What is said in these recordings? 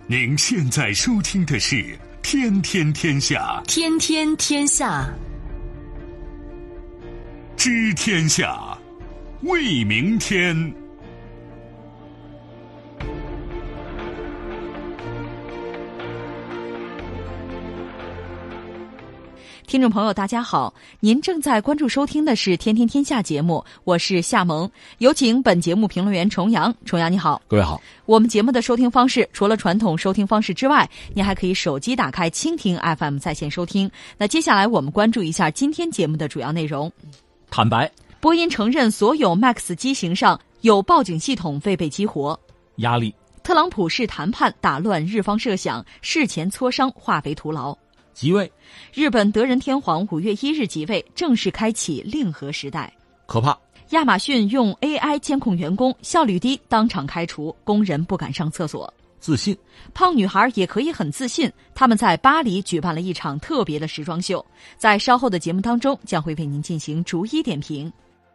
您现在收听的是《天天天下》， 天天天下， 知天下，为明天。 听众朋友大家好，您正在关注收听的是天天天下节目，我是夏萌，有请本节目评论员重阳。重阳你好。 各位好。 我们节目的收听方式除了传统收听方式之外，您还可以手机打开蜻蜓 FM 在线收听。那接下来我们关注一下今天节目的主要内容。 坦白， 波音承认所有 MAX 机型上有报警系统未被激活。 压力， 特朗普式谈判打乱日方设想，事前磋商化为徒劳。 即位， 日本德仁天皇5月1日即位，正式开启令和时代。 可怕， 亚马逊用 AI 监控员工，效率低，当场开除，工人不敢上厕所。 自信， 胖女孩也可以很自信。他们在巴黎举办了一场特别的时装秀，在稍后的节目当中将会为您进行逐一点评。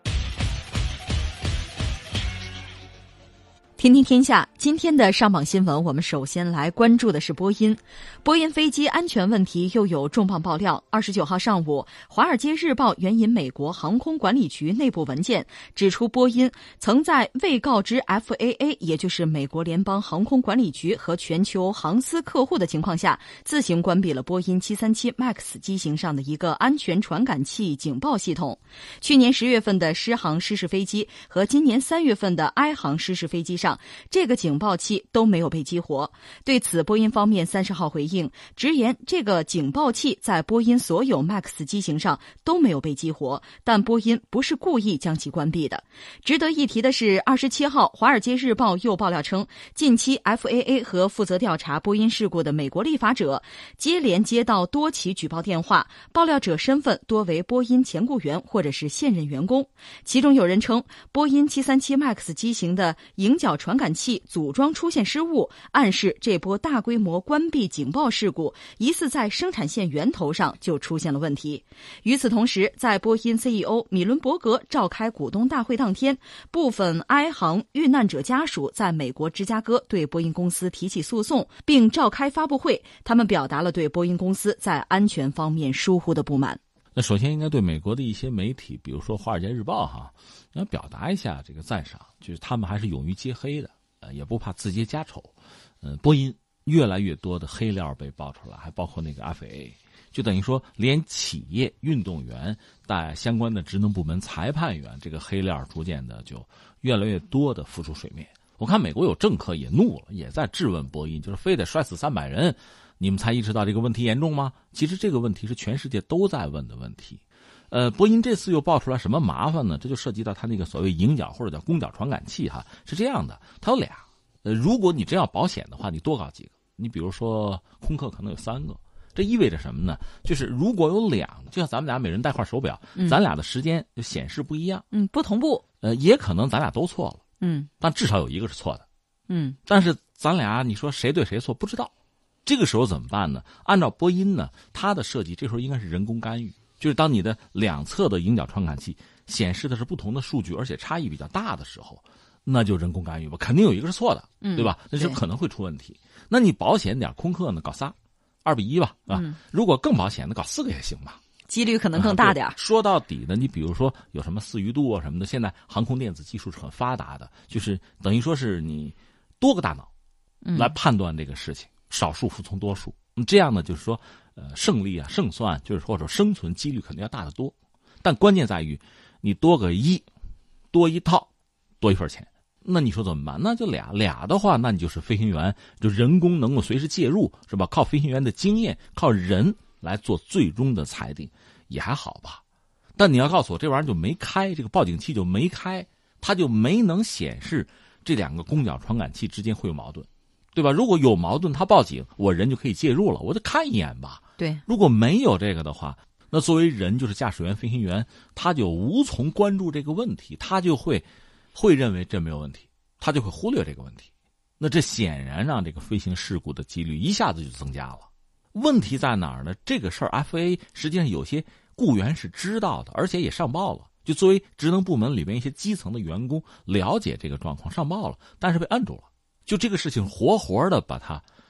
天天天下，今天的上榜新闻，我们首先来关注的是波音。波音飞机安全问题又有重磅爆料。29号上午，《华尔街日报》援引美国航空管理局内部文件，指出波音曾在未告知 FAA， 也就是美国联邦航空管理局和全球航司客户的情况下，自行关闭了波音737 MAX 机型上的一个安全传感器警报系统。去年10月份的狮航失事飞机和今年3月份的埃航失事飞机上，这个警报器都没有被激活。对此，波音方面30号回应，直言这个警报器在波音所有 MAX 机型上都没有被激活，但波音不是故意将其关闭的。值得一提的是，27号《华尔街日报》又爆料称，近期 FAA 和负责调查波音事故的美国立法者接连接到多起举报电话，爆料者身份多为波音前雇员或者是现任员工。其中有人称，波音737 MAX 机型的迎角传感器组装出现失误，暗示这波大规模关闭警报事故疑似在生产线源头上就出现了问题。与此同时，在波音 CEO 米伦伯格召开股东大会当天，部分埃航遇难者家属在美国芝加哥对波音公司提起诉讼，并召开发布会，他们表达了对波音公司在安全方面疏忽的不满。 那首先应该对美国的一些媒体，比如说《华尔街日报》要表达一下这个赞赏，就是他们还是勇于揭黑的，也不怕自揭家丑。波音越来越多的黑料被爆出来，还包括那个 FAA， 就等于说连企业、运动员、带相关的职能部门、裁判员，这个黑料逐渐的就越来越多的浮出水面。我看美国有政客也怒了，也在质问波音，就是非得摔死300人，你们才意识到这个问题严重吗？其实这个问题是全世界都在问的问题。波音这次又爆出来什么麻烦呢？这就涉及到它那个所谓迎角或者叫攻角传感器是这样的，它有俩。如果你真要保险的话，你多搞几个。你比如说空客可能有3个，这意味着什么呢？就是如果有2个，就像咱们俩每人带块手表，咱俩的时间就显示不一样， 不同步。 也可能咱俩都错了，但至少有一个是错的，但是咱俩你说谁对谁错不知道。这个时候怎么办呢？按照波音呢，它的设计这时候应该是人工干预，就是当你的两侧的迎角传感器显示的是不同的数据，而且差异比较大的时候，那就人工干预吧，肯定有一个是错的，对吧？那就可能会出问题。那你保险点，空客呢搞2:1吧，如果更保险的搞4个也行吧， 几率可能更大点。 说到底呢，你比如说有什么4余度什么的，现在航空电子技术是很发达的，就是等于说是你多个大脑来判断这个事情，少数服从多数。这样呢，就是说胜利胜算就是或者生存几率肯定要大得多。但关键在于你多个1，多一套，多一份钱。那你说怎么办？那就俩的话，那你就是飞行员，就人工能够随时介入，是吧？靠飞行员的经验，靠人来做最终的裁定，也还好吧。但你要告诉我这玩意儿就没开，这个报警器就没开，它就没能显示这2个攻角传感器之间会有矛盾，对吧？如果有矛盾，他报警，我人就可以介入了，我就看一眼吧。 对， 如果没有这个的话，那作为人就是驾驶员、飞行员，他就无从关注这个问题，他就会认为这没有问题，他就会忽略这个问题。那这显然让这个飞行事故的几率一下子就增加了。问题在哪儿呢？这个事儿 FAA 实际上有些雇员是知道的，而且也上报了，就作为职能部门里面一些基层的员工了解这个状况，上报了，但是被摁住了。就这个事情活活的把它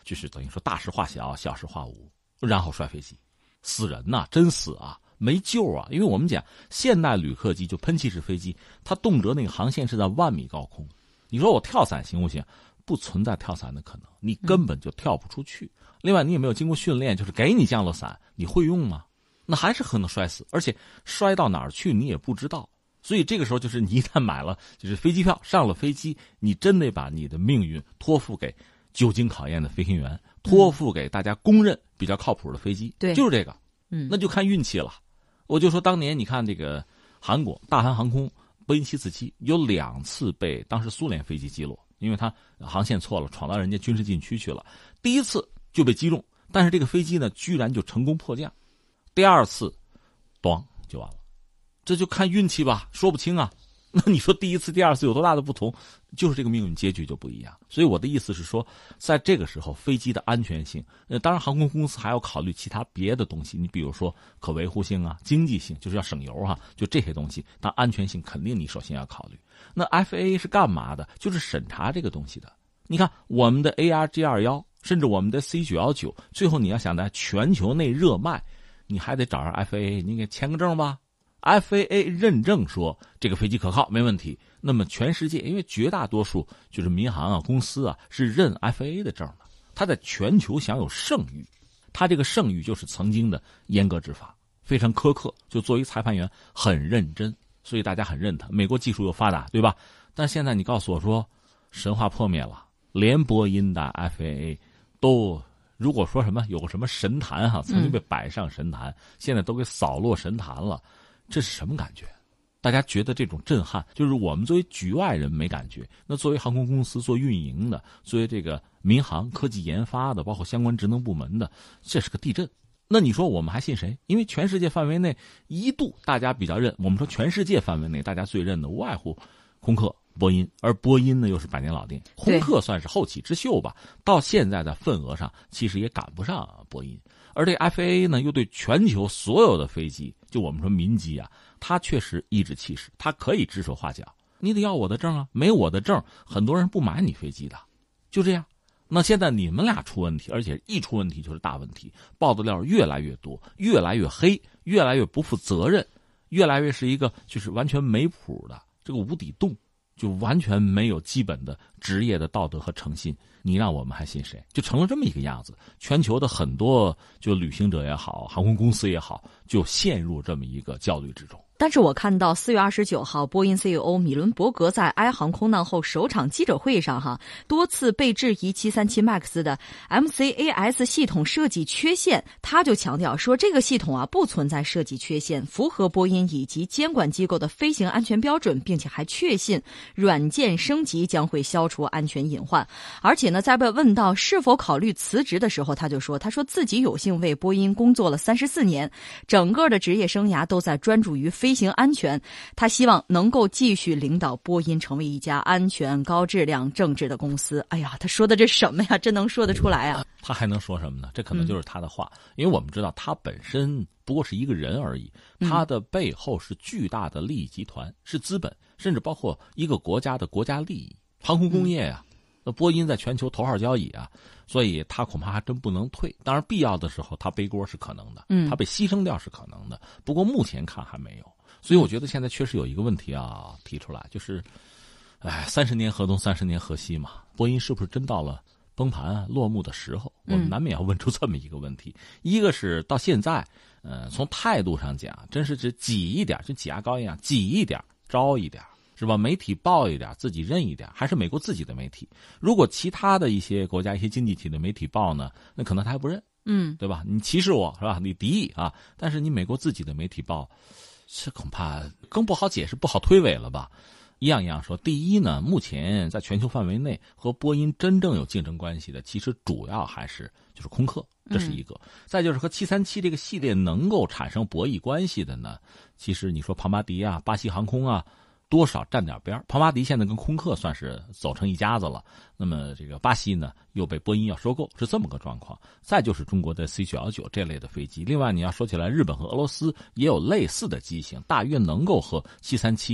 就是等于说大事化小，小事化无，然后摔飞机，死人呐，真死啊，没救啊！因为我们讲现代旅客机就喷气式飞机，它动辄那个航线是在10000米高空，你说我跳伞行不行？不存在跳伞的可能，你根本就跳不出去。另外，你也没有经过训练，就是给你降落伞，你会用吗？那还是可能摔死，而且摔到哪儿去你也不知道。所以这个时候就是你一旦买了就是飞机票，上了飞机，你真得把你的命运托付给久经考验的飞行员，托付给大家公认比较靠谱的飞机。 对， 就是这个。那就看运气了。我就说当年你看这个韩国大韩航空波音747有2次被当时苏联飞机击落，因为它航线错了，闯到人家军事禁区去了。第一次就被击中，但是这个飞机呢居然就成功迫降。第二次咣就完了。这就看运气吧，说不清啊。那你说第一次第二次有多大的不同，就是这个命运结局就不一样。所以我的意思是说，在这个时候飞机的安全性，当然航空公司还要考虑其他别的东西，你比如说可维护性啊，经济性，就是要省油啊，就这些东西，但安全性肯定你首先要考虑。那 FAA 是干嘛的？就是审查这个东西的。你看我们的 ARJ21，甚至我们的 C919，最后你要想在全球内热卖，你还得找上 FAA， 你给签个证吧。FAA 认证说这个飞机可靠没问题，那么全世界因为绝大多数就是民航啊公司啊是认 FAA 的证的，它在全球享有盛誉，它这个盛誉就是曾经的严格执法，非常苛刻，就作为裁判员很认真，所以大家很认它。美国技术又发达，对吧？但现在你告诉我说神话破灭了，连波音的 FAA 都如果说什么有个什么神坛哈，曾经被摆上神坛，现在都给扫落神坛了。这是什么感觉？大家觉得这种震撼，就是我们作为局外人没感觉，那作为航空公司做运营的，作为这个民航科技研发的，包括相关职能部门的，这是个地震。那你说我们还信谁？因为全世界范围内一度大家比较认，我们说全世界范围内大家最认的无外乎空客、波音，而波音呢又是百年老店，空客算是后起之秀吧，到现在的份额上其实也赶不上波音。而这 FAA 呢，又对全球所有的飞机，就我们说民机啊，它确实颐指气使，它可以指手画脚。你得要我的证啊，没我的证，很多人不买你飞机的，就这样。那现在你们俩出问题，而且一出问题就是大问题，爆的料越来越多，越来越黑，越来越不负责任，越来越是一个就是完全没谱的这个无底洞，就完全没有基本的职业的道德和诚信。你让我们还信谁？就成了这么一个样子。全球的很多就旅行者也好，航空公司也好，就陷入这么一个焦虑之中。 但是我看到4月29号，波音 CEO 米伦伯格在埃航空难后首场记者会上多次被质疑737 MAX 的 MCAS 系统设计缺陷，他就强调说这个系统不存在设计缺陷，符合波音以及监管机构的飞行安全标准，并且还确信软件升级将会消除安全隐患。而且呢，在被问到是否考虑辞职的时候，他说自己有幸为波音工作了34年，整个的职业生涯都在专注于飞行安全，他希望能够继续领导波音成为一家安全、高质量、正直的公司。哎呀，他说的这什么呀？真能说得出来啊？ 他还能说什么呢？这可能就是他的话，因为我们知道他本身不过是一个人而已，他的背后是巨大的利益集团，是资本，甚至包括一个国家的国家利益。航空工业那波音在全球头号交椅所以他恐怕还真不能退。当然必要的时候他背锅是可能的，他被牺牲掉是可能的，不过目前看还没有。所以我觉得现在确实有一个问题提出来，就是30年河东30年河西嘛，波音是不是真到了崩盘落幕的时候？我们难免要问出这么一个问题。一个是到现在从态度上讲，真是挤一点，就挤牙膏一样，挤一点招一点，是吧？媒体报一点，自己认一点，还是美国自己的媒体。如果其他的一些国家一些经济体的媒体报呢，那可能他还不认，对吧？你歧视我是吧？你敌意但是你美国自己的媒体报，这恐怕更不好解释，不好推诿了吧？一样一样说。第一呢，目前在全球范围内和波音真正有竞争关系的，其实主要还是就是空客，这是一个。再就是和737这个系列能够产生博弈关系的呢，其实你说庞巴迪巴西航空多少占点边。庞巴迪现在跟空客算是走成一家子了，那么这个巴西呢又被波音要收购，是这么个状况。再就是中国的 C919 这类的飞机，另外你要说起来，日本和俄罗斯也有类似的机型，大约能够和737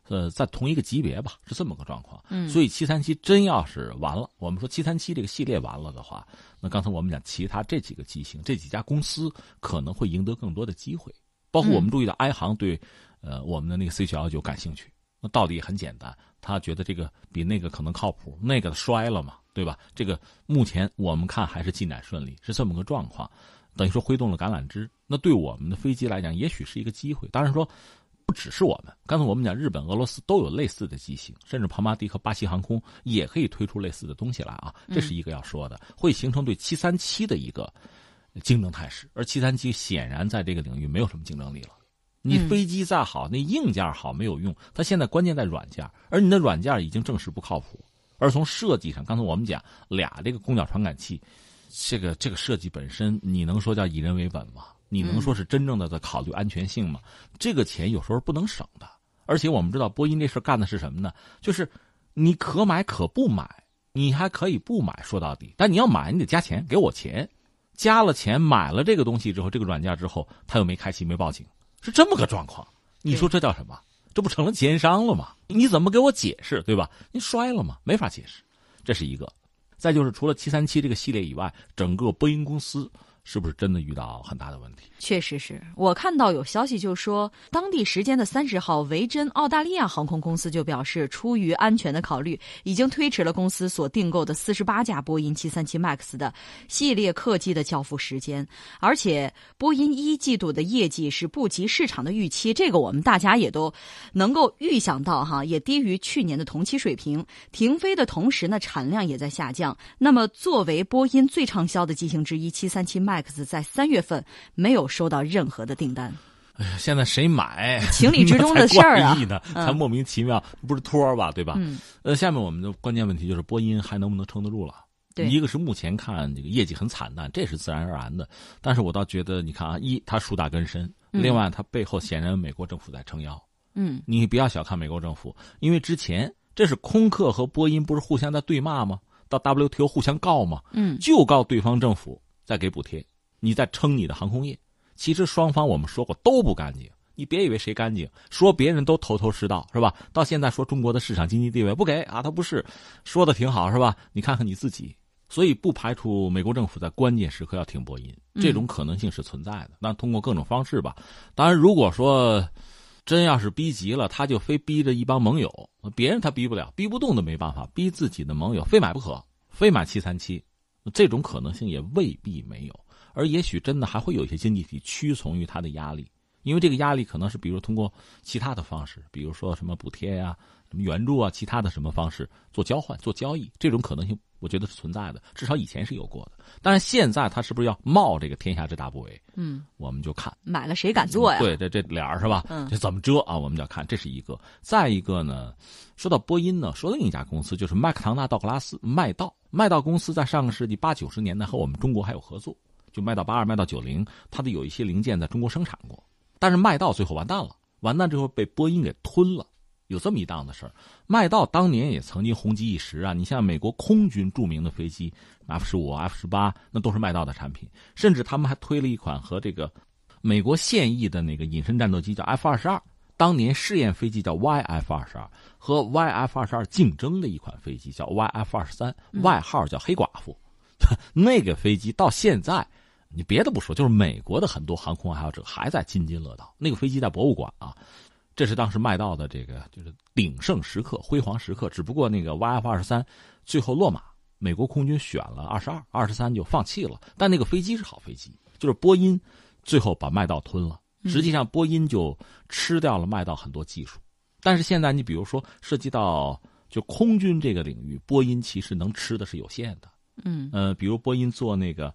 在同一个级别吧，是这么个状况。所以737真要是完了，我们说737这个系列完了的话，那刚才我们讲其他这几个机型，这几家公司可能会赢得更多的机会。包括我们注意到埃航对我们的那个 C919感兴趣，那道理也很简单，他觉得这个比那个可能靠谱，那个摔了嘛，对吧？这个目前我们看还是进展顺利，是这么个状况，等于说挥动了橄榄枝。那对我们的飞机来讲，也许是一个机会。当然说不只是我们，刚才我们讲日本、俄罗斯都有类似的机型，甚至庞巴迪和巴西航空也可以推出类似的东西来啊，这是一个要说的，会形成对737的一个竞争态势。而737显然在这个领域没有什么竞争力了。你飞机再好，那硬件好没有用，它现在关键在软件，而你的软件已经证实不靠谱。而从设计上，刚才我们讲俩这个攻角传感器，这个设计本身，你能说叫以人为本吗？你能说是真正的在考虑安全性吗？这个钱有时候不能省的。而且我们知道波音这事干的是什么呢？就是你可买可不买，你还可以不买，说到底，但你要买你得加钱，给我钱，加了钱买了这个东西之后，这个软件之后他又没开启没报警，是这么个状况。你说这叫什么？这不成了奸商了吗？你怎么给我解释，对吧？你摔了吗？没法解释，这是一个。再就是除了737这个系列以外，整个波音公司是不是真的遇到很大的问题？ 确实是，我看到有消息就说，当地时间的30号，维珍澳大利亚航空公司就表示，出于安全的考虑，已经推迟了公司所订购的48架波音737 MAX 的系列客机的交付时间。而且，波音1季度的业绩是不及市场的预期，这个我们大家也都能够预想到哈，也低于去年的同期水平。停飞的同时呢，产量也在下降。那么，作为波音最畅销的机型之一，737 MAX 在3月份没有收到任何的订单。 哎呀，现在谁买？ 情理之中的事儿啊， 才莫名其妙，不是托吧，对吧？下面我们的关键问题就是波音还能不能撑得住了？ 对， 一个是目前看这个业绩很惨淡，这是自然而然的。但是我倒觉得，你看啊，它树大根深，另外它背后显然美国政府在撑腰。你不要小看美国政府，因为之前这是空客和波音不是互相在对骂吗？到 WTO 互相告吗？就告对方政府再给补贴，你再撑你的航空业。其实双方我们说过都不干净，你别以为谁干净，说别人都头头是道，是吧？到现在说中国的市场经济地位不给啊，他不是说的挺好，是吧？你看看你自己。所以不排除美国政府在关键时刻要挺波音，这种可能性是存在的。那通过各种方式吧。当然，如果说真要是逼急了，他就非逼着一帮盟友，别人他逼不了，逼不动都没办法，逼自己的盟友非买不可，非买737，这种可能性也未必没有。而也许真的还会有一些经济体屈从于他的压力，因为这个压力可能是比如通过其他的方式，比如说什么补贴呀、什么援助啊，其他的什么方式做交换、做交易，这种可能性我觉得是存在的，至少以前是有过的。但是现在他是不是要冒这个天下之大不韪？我们就看买了谁敢做呀？ 对，这脸儿是吧？这怎么遮啊？我们就要看，这是一个。再一个呢，说到波音呢，说另一家公司就是麦克唐纳道格拉斯麦道。麦道公司在上个世纪80、90年代和我们中国还有合作，就麦道82、麦道90，它的有一些零件在中国生产过。但是麦道最后完蛋了，完蛋之后被波音给吞了。有这么一档子事儿，麦道当年也曾经红极一时啊！你像美国空军著名的飞机 F-15、F-18，那都是麦道的产品。甚至他们还推了一款和这个美国现役的那个隐身战斗机叫 F-22，当年试验飞机叫 YF-22，和 YF-22 竞争的一款飞机叫 YF-23，外号叫黑寡妇。那个飞机到现在，你别的不说，就是美国的很多航空爱好者还在津津乐道。那个飞机在博物馆啊。这是当时麦道的这个就是鼎盛时刻、辉煌时刻。只不过那个 YF-23 最后落马，美国空军选了22、23就放弃了。但那个飞机是好飞机，就是波音最后把麦道吞了。实际上波音就吃掉了麦道很多技术。但是现在你比如说涉及到就空军这个领域，波音其实能吃的是有限的。比如波音做那个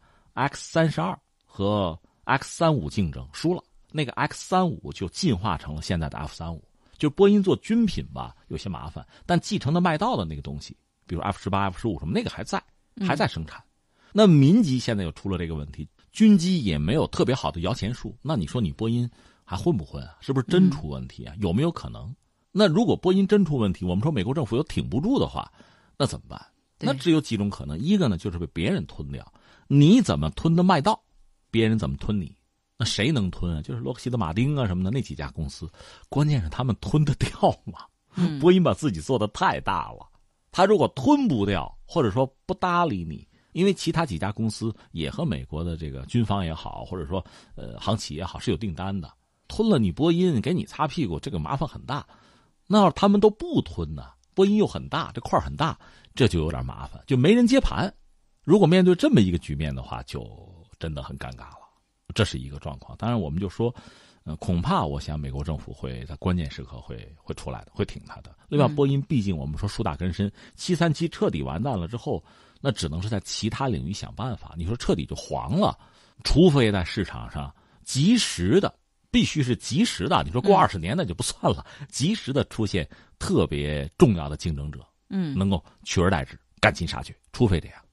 X-32和 X-35竞争输了。那个 X-35就进化成了现在的 F-35，就波音做军品吧有些麻烦，但继承的麦道的那个东西，比如 F-18、F-15什么那个还在生产。那民机现在又出了这个问题，军机也没有特别好的摇钱树，那你说你波音还混不混啊？是不是真出问题啊？有没有可能？那如果波音真出问题，我们说美国政府又挺不住的话，那怎么办？那只有几种可能，一个呢就是被别人吞掉，你怎么吞的麦道，别人怎么吞你。那谁能吞啊？就是洛克希德马丁啊什么的那几家公司，关键是他们吞得掉吗？ 波音把自己做得太大了，他如果吞不掉，或者说不搭理你，因为其他几家公司也和美国的这个军方也好，或者说航企也好是有订单的，吞了你波音给你擦屁股，这个麻烦很大。那要是他们都不吞呢，波音又很大，这块很大，这就有点麻烦，就没人接盘。如果面对这么一个局面的话，就真的很尴尬了，这是一个状况。当然我们就说恐怕我想美国政府会在关键时刻会出来的，会挺他的。另外波音毕竟我们说树大根深，737彻底完蛋了之后，那只能是在其他领域想办法。你说彻底就黄了，除非在市场上及时的，必须是及时的，你说过20年那就不算了，及时的出现特别重要的竞争者，能够取而代之，赶尽杀绝，除非这样。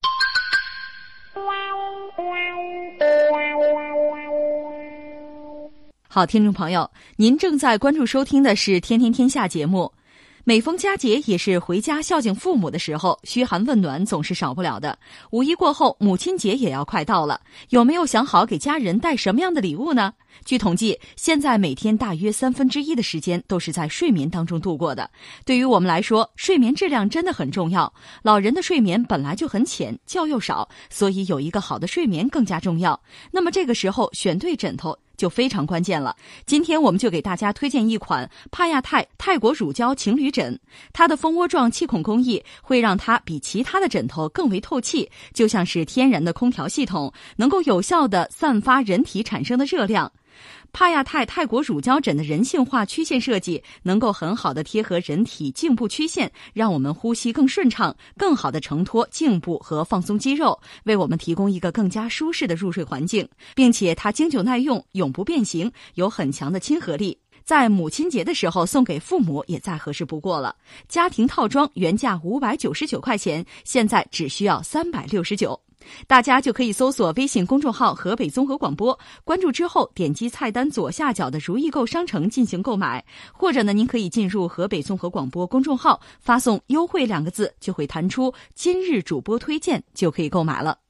好，听众朋友，您正在关注收听的是《天天天下》节目。每逢佳节也是回家孝敬父母的时候，嘘寒问暖总是少不了的。五一过后，母亲节也要快到了，有没有想好给家人带什么样的礼物呢？据统计，现在每天大约1/3的时间都是在睡眠当中度过的。对于我们来说，睡眠质量真的很重要。老人的睡眠本来就很浅，觉又少，所以有一个好的睡眠更加重要。那么这个时候选对枕头就非常关键了。今天我们就给大家推荐一款帕亚泰国乳胶情侣枕，它的蜂窝状气孔工艺会让它比其他的枕头更为透气，就像是天然的空调系统，能够有效地散发人体产生的热量。帕亚泰国乳胶枕的人性化曲线设计能够很好的贴合人体颈部曲线，让我们呼吸更顺畅，更好的承托颈部和放松肌肉，为我们提供一个更加舒适的入睡环境，并且它经久耐用，永不变形，有很强的亲和力。在母亲节的时候送给父母也再合适不过了。家庭套装原价599块钱，现在只需要369。大家就可以搜索微信公众号河北综合广播，关注之后点击菜单左下角的如意购商城进行购买，或者呢您可以进入河北综合广播公众号，发送优惠2个字，就会弹出今日主播推荐，就可以购买了。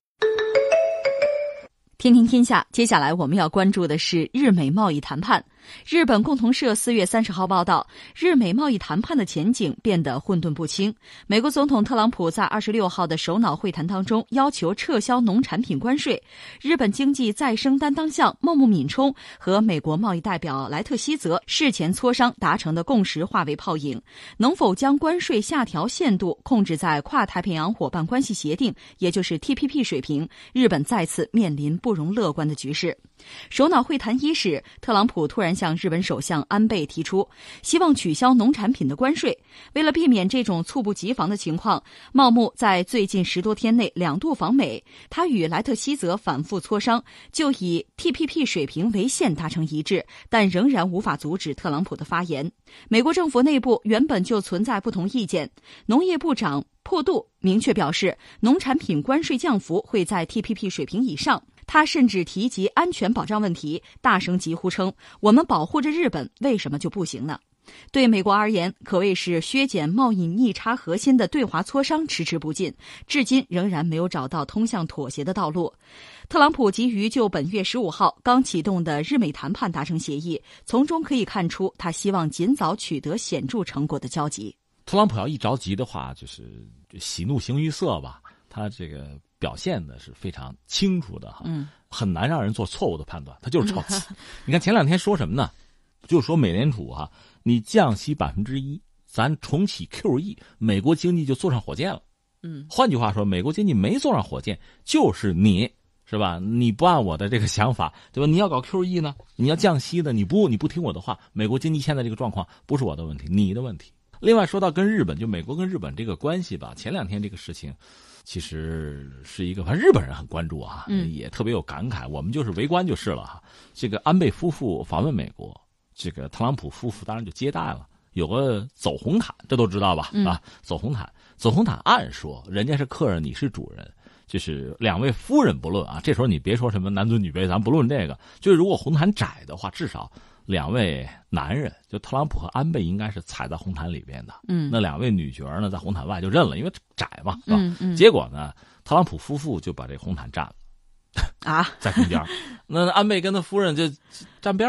天天天下，接下来我们要关注的是日美贸易谈判。日本共同社4月30号报道，日美贸易谈判的前景变得混沌不清。美国总统特朗普在26号的首脑会谈当中要求撤销农产品关税。日本经济再生担当相茂木敏充和美国贸易代表莱特希泽事前磋商达成的共识化为泡影。能否将关税下调限度控制在跨太平洋伙伴关系协定，也就是 TPP 水平，日本再次面临不容乐观的局势。首脑会谈伊始，特朗普突然向日本首相安倍提出希望取消农产品的关税。为了避免这种猝不及防的情况，茂木在最近10多天内2度访美，他与莱特希泽反复磋商，就以 TPP 水平为限达成一致，但仍然无法阻止特朗普的发言。美国政府内部原本就存在不同意见，农业部长破杜明确表示，农产品关税降幅会在 TPP 水平以上。他甚至提及安全保障问题，大声疾呼称，我们保护着日本，为什么就不行呢？对美国而言，可谓是削减贸易逆差核心的对华磋商迟迟不进，至今仍然没有找到通向妥协的道路。特朗普急于就本月15号刚启动的日美谈判达成协议，从中可以看出他希望尽早取得显著成果的焦急。 特朗普要一着急的话，就是喜怒形于色吧，他这个表现的是非常清楚的哈，很难让人做错误的判断，他就是着急。你看前2天说什么呢？就说美联储哈，你降息1%，咱重启 QE， 美国经济就坐上火箭了。换句话说，美国经济没坐上火箭，就是你是吧？你不按我的这个想法，对吧？你要搞 QE 呢，你要降息的，你不听我的话，美国经济现在这个状况不是我的问题，你的问题。另外说到跟日本，就美国跟日本这个关系吧，前2天这个事情其实是一个，反正日本人很关注啊，也特别有感慨，我们就是围观就是了哈。这个安倍夫妇访问美国，这个特朗普夫妇当然就接待了，有个走红毯，这都知道吧？走红毯按说人家是客人，你是主人，就是2位夫人不论啊，这时候你别说什么男尊女卑，咱不论这个，就是如果红毯窄的话，至少2位男人，就特朗普和安倍应该是踩在红毯里边的。那2位女角呢，在红毯外就认了，因为窄嘛，是吧？结果呢，特朗普夫妇就把这红毯占了，在中间。那安倍跟他夫人就站边吧，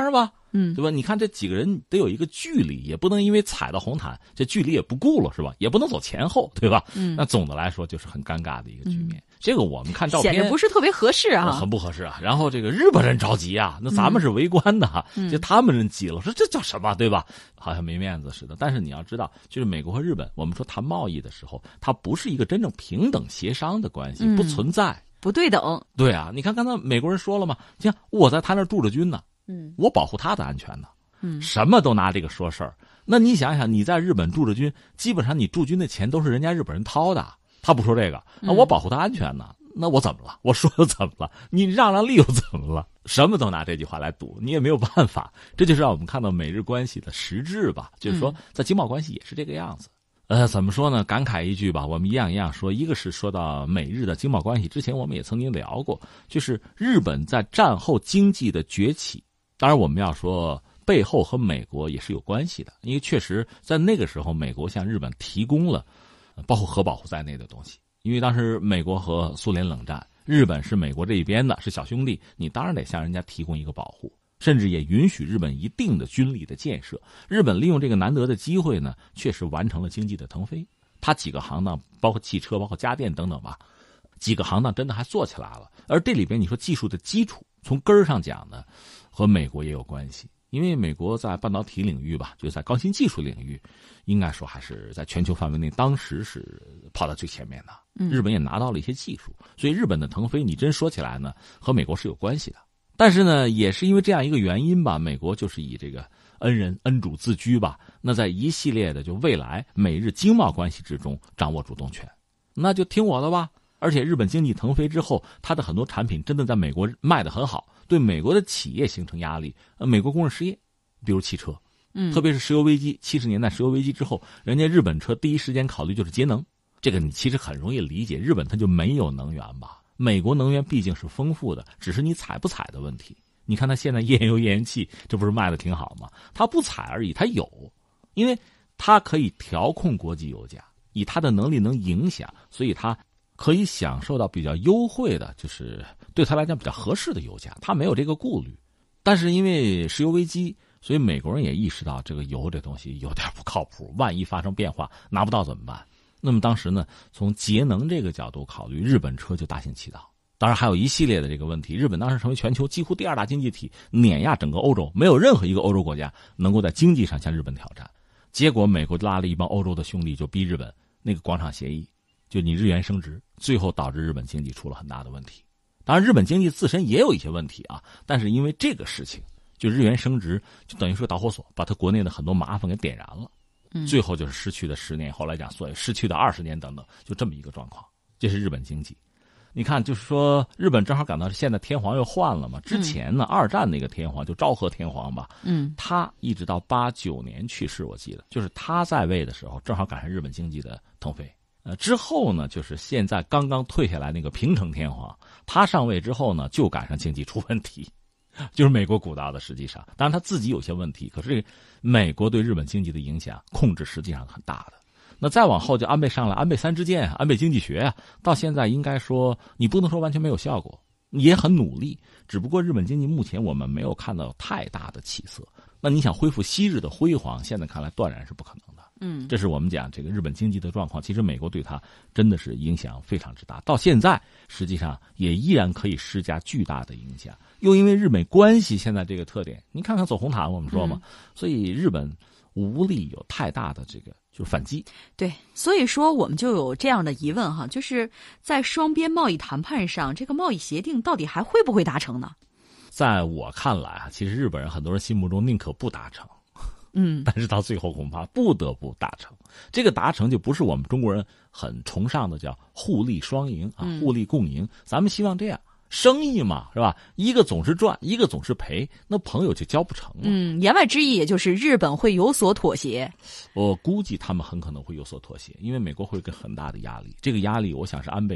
对吧？你看这几个人得有一个距离，也不能因为踩到红毯，这距离也不顾了，是吧？也不能走前后，对吧？那总的来说就是很尴尬的一个局面。这个我们看照片显得不是特别合适啊， 很不合适啊。然后这个日本人着急啊，那咱们是围观的，就他们人急了，说这叫什么，对吧？好像没面子似的。但是你要知道，就是美国和日本，我们说谈贸易的时候，它不是一个真正平等协商的关系，不存在。 不对等。 对啊，你看刚才美国人说了嘛，像我在他那住着军呢，我保护他的安全呢，什么都拿这个说事儿。那你想想，你在日本住着军，基本上你驻军的钱都是人家日本人掏的，他不说这个，那我保护他安全呢，那我怎么了？我说的怎么了？你让利又怎么了？什么都拿这句话来赌，你也没有办法。这就是让我们看到美日关系的实质吧，就是说在经贸关系也是这个样子。怎么说呢？感慨一句吧，我们一样说，一个是说到美日的经贸关系，之前我们也曾经聊过，就是日本在战后经济的崛起。当然我们要说背后和美国也是有关系的，因为确实在那个时候美国向日本提供了包括核保护在内的东西。因为当时美国和苏联冷战，日本是美国这一边的，是小兄弟，你当然得向人家提供一个保护，甚至也允许日本一定的军力的建设。日本利用这个难得的机会呢，确实完成了经济的腾飞。它几个行当，包括汽车，包括家电等等吧，几个行当真的还做起来了。而这里边你说技术的基础，从根儿上讲呢，和美国也有关系。因为美国在半导体领域吧，就在高新技术领域，应该说还是在全球范围内当时是跑到最前面的。日本也拿到了一些技术，所以日本的腾飞，你真说起来呢，和美国是有关系的。但是呢，也是因为这样一个原因吧，美国就是以这个恩主自居吧，那在一系列的就未来美日经贸关系之中掌握主动权，那就听我的吧。而且日本经济腾飞之后，它的很多产品真的在美国卖得很好，对美国的企业形成压力，美国工人失业，比如汽车，特别是石油危机，70年代石油危机之后，人家日本车第一时间考虑就是节能，这个你其实很容易理解，日本它就没有能源吧，美国能源毕竟是丰富的，只是你采不采的问题。你看它现在页岩油、页岩气，这不是卖得挺好吗？它不采而已，它有，因为它可以调控国际油价，以它的能力能影响，所以它可以享受到比较优惠的，就是对他来讲比较合适的油价，他没有这个顾虑。但是因为石油危机，所以美国人也意识到这个油这东西有点不靠谱，万一发生变化拿不到怎么办？那么当时呢，从节能这个角度考虑，日本车就大行其道。当然还有一系列的这个问题，日本当时成为全球几乎第2大经济体，碾压整个欧洲，没有任何一个欧洲国家能够在经济上向日本挑战。结果美国拉了一帮欧洲的兄弟，就逼日本那个广场协议，就你日元升值，最后导致日本经济出了很大的问题。当然日本经济自身也有一些问题啊，但是因为这个事情，就日元升值就等于是个导火索，把它国内的很多麻烦给点燃了。最后就是失去的10年，后来讲所谓失去的20年等等，就这么一个状况。这是日本经济。你看就是说日本正好赶到现在天皇又换了嘛，之前呢二战那个天皇就昭和天皇吧，他一直到89年去世，我记得就是他在位的时候正好赶上日本经济的腾飞。之后呢，就是现在刚刚退下来那个平成天皇，他上位之后呢，就赶上经济出问题，就是美国鼓捣的。实际上，当然他自己有些问题，可是这个美国对日本经济的影响控制实际上很大的。那再往后就安倍上来，安倍3支箭，安倍经济学啊，到现在应该说你不能说完全没有效果，也很努力，只不过日本经济目前我们没有看到太大的起色。那你想恢复昔日的辉煌，现在看来断然是不可能的。这是我们讲这个日本经济的状况，其实美国对它真的是影响非常之大，到现在实际上也依然可以施加巨大的影响。又因为日美关系现在这个特点，你看看走红毯我们说嘛，所以日本无力有太大的这个就是反击。 对，所以说我们就有这样的疑问哈，就是在双边贸易谈判上，这个贸易协定到底还会不会达成呢？ 在我看来啊，其实日本人很多人心目中宁可不达成，但是到最后恐怕不得不达成。这个达成就不是我们中国人很崇尚的叫互利双赢啊，互利共赢。咱们希望这样，生意嘛，是吧？一个总是赚，一个总是赔，那朋友就交不成了。 言外之意也就是日本会有所妥协。 我估计他们很可能会有所妥协，因为美国会有很大的压力。这个压力，我想是安倍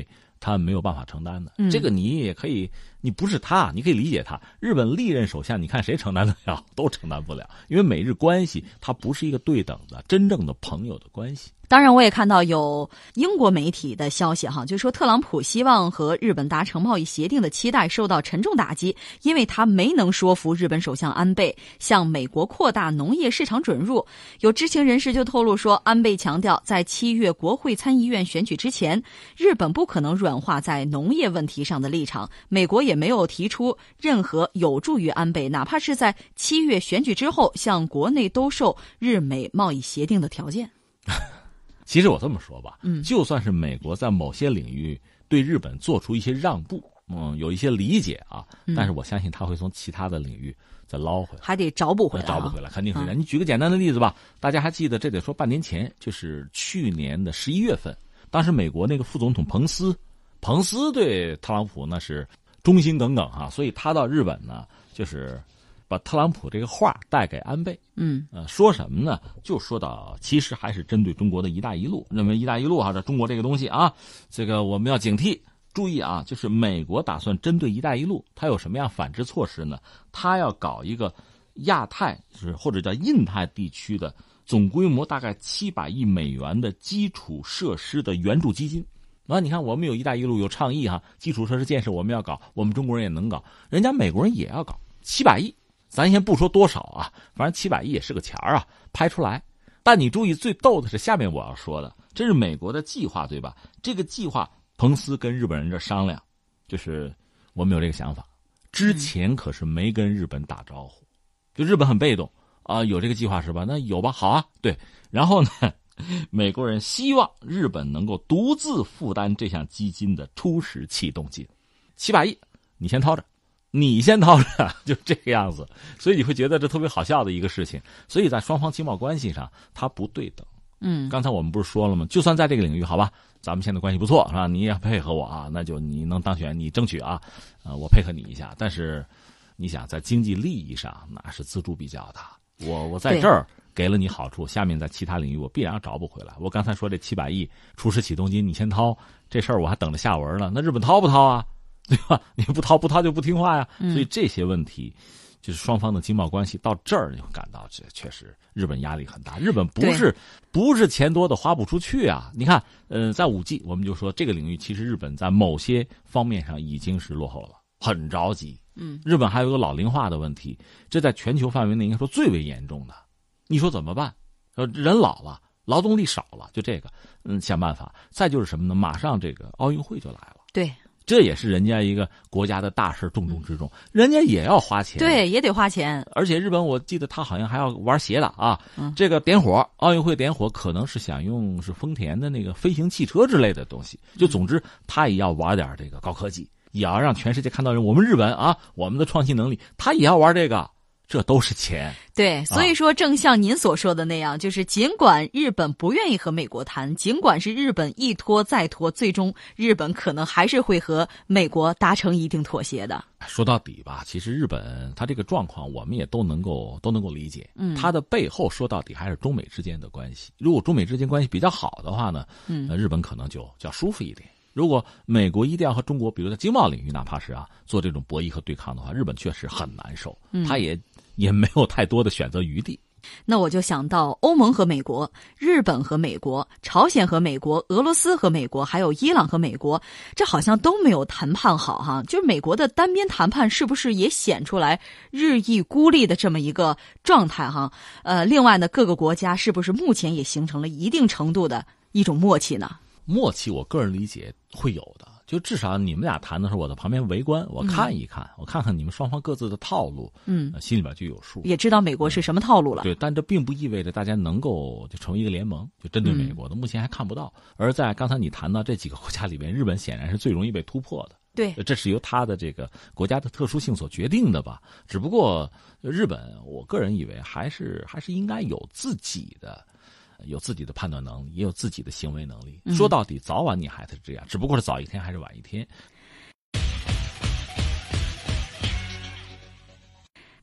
他没有办法承担的。这个你也可以，你不是他，你可以理解他。日本历任首相，你看谁承担得了？都承担不了，因为美日关系它不是一个对等的、真正的朋友的关系。 当然，我也看到有英国媒体的消息哈，就说特朗普希望和日本达成贸易协定的期待受到沉重打击，因为他没能说服日本首相安倍向美国扩大农业市场准入。有知情人士就透露说，安倍强调，在7月国会参议院选举之前，日本不可能软化在农业问题上的立场，美国也没有提出任何有助于安倍，哪怕是在7月选举之后向国内兜售日美贸易协定的条件。 其实我这么说吧，就算是美国在某些领域对日本做出一些让步，有一些理解啊，但是我相信他会从其他的领域再捞回来， 还得找补回来， 肯定是的。你举个简单的例子吧，大家还记得，这得说半年前，就是去年的11月份，当时美国那个副总统彭斯对特朗普那是忠心耿耿啊，所以他到日本呢，就是把特朗普这个话带给安倍，说什么呢？就说到其实还是针对中国的一带一路，认为一带一路啊，这中国这个东西啊，这个我们要警惕。注意啊，就是美国打算针对一带一路，它有什么样反制措施呢？它要搞一个亚太，就是或者叫印太地区的总规模大概700亿美元的基础设施的援助基金。你看我们有一带一路有倡议哈，基础设施建设我们要搞，我们中国人也能搞，人家美国人也要搞700亿。咱先不说多少啊，反正700亿也是个钱啊，拍出来。但你注意，最逗的是下面我要说的，这是美国的计划，对吧？这个计划，彭斯跟日本人这商量，就是我们有这个想法，之前可是没跟日本打招呼，就日本很被动啊，有这个计划是吧？那有吧，好啊，对。然后呢，美国人希望日本能够独自负担这项基金的初始启动金，700亿，你先掏着。就这个样子，所以你会觉得这特别好笑的一个事情。所以在双方经贸关系上，它不对等。刚才我们不是说了吗？就算在这个领域，好吧，咱们现在关系不错，是吧？你也配合我啊，那就你能当选，你争取啊，我配合你一下。但是，你想在经济利益上，那是锱铢必较的。我在这儿给了你好处，下面在其他领域我必然要找不回来。我刚才说这700亿初始启动金，你先掏，这事儿我还等着下文了。那日本掏不掏啊？对吧？你不掏就不听话呀。所以这些问题，就是双方的经贸关系到这儿，你会感到这确实日本压力很大。日本不是钱多的花不出去啊。你看，在5G，我们就说这个领域，其实日本在某些方面上已经是落后了，很着急。日本还有个老龄化的问题，这在全球范围内应该说最为严重的。你说怎么办？人老了，劳动力少了，就这个，想办法。再就是什么呢？马上这个奥运会就来了。 对。 这也是人家一个国家的大事，重中之重，人家也要花钱， 对，也得花钱。 而且日本我记得他好像还要玩邪的啊，这个点火，奥运会点火可能是想用是丰田的那个飞行汽车之类的东西，就总之他也要玩点这个高科技，也要让全世界看到我们日本啊，我们的创新能力，他也要玩这个。这都是钱。 对，所以说正像您所说的那样，就是尽管日本不愿意和美国谈，尽管是日本一拖再拖，最终日本可能还是会和美国达成一定妥协的。 说到底吧，其实日本它这个状况我们也都能够理解。它的背后说到底还是中美之间的关系。如果中美之间关系比较好的话呢，日本可能就较舒服一点。如果美国一定要和中国，比如在经贸领域，哪怕是做这种博弈和对抗的话，日本确实很难受，它也没有太多的选择余地。 那我就想到欧盟和美国、日本和美国、朝鲜和美国、俄罗斯和美国，还有伊朗和美国，这好像都没有谈判好哈。就是美国的单边谈判是不是也显出来日益孤立的这么一个状态哈？另外呢，各个国家是不是目前也形成了一定程度的一种默契呢？ 默契，我个人理解会有的。就至少你们俩谈的时候，我在旁边围观，我看一看，我看看你们双方各自的套路，心里边就有数， 也知道美国是什么套路了。 对，但这并不意味着大家能够就成为一个联盟，就针对美国的，目前还看不到。而在刚才你谈到这几个国家里边，日本显然是最容易被突破的。 对， 这是由他的这个国家的特殊性所决定的吧？只不过日本，我个人以为还是应该有自己的判断能力，也有自己的行为能力。说到底，早晚你还是这样，只不过是早一天还是晚一天。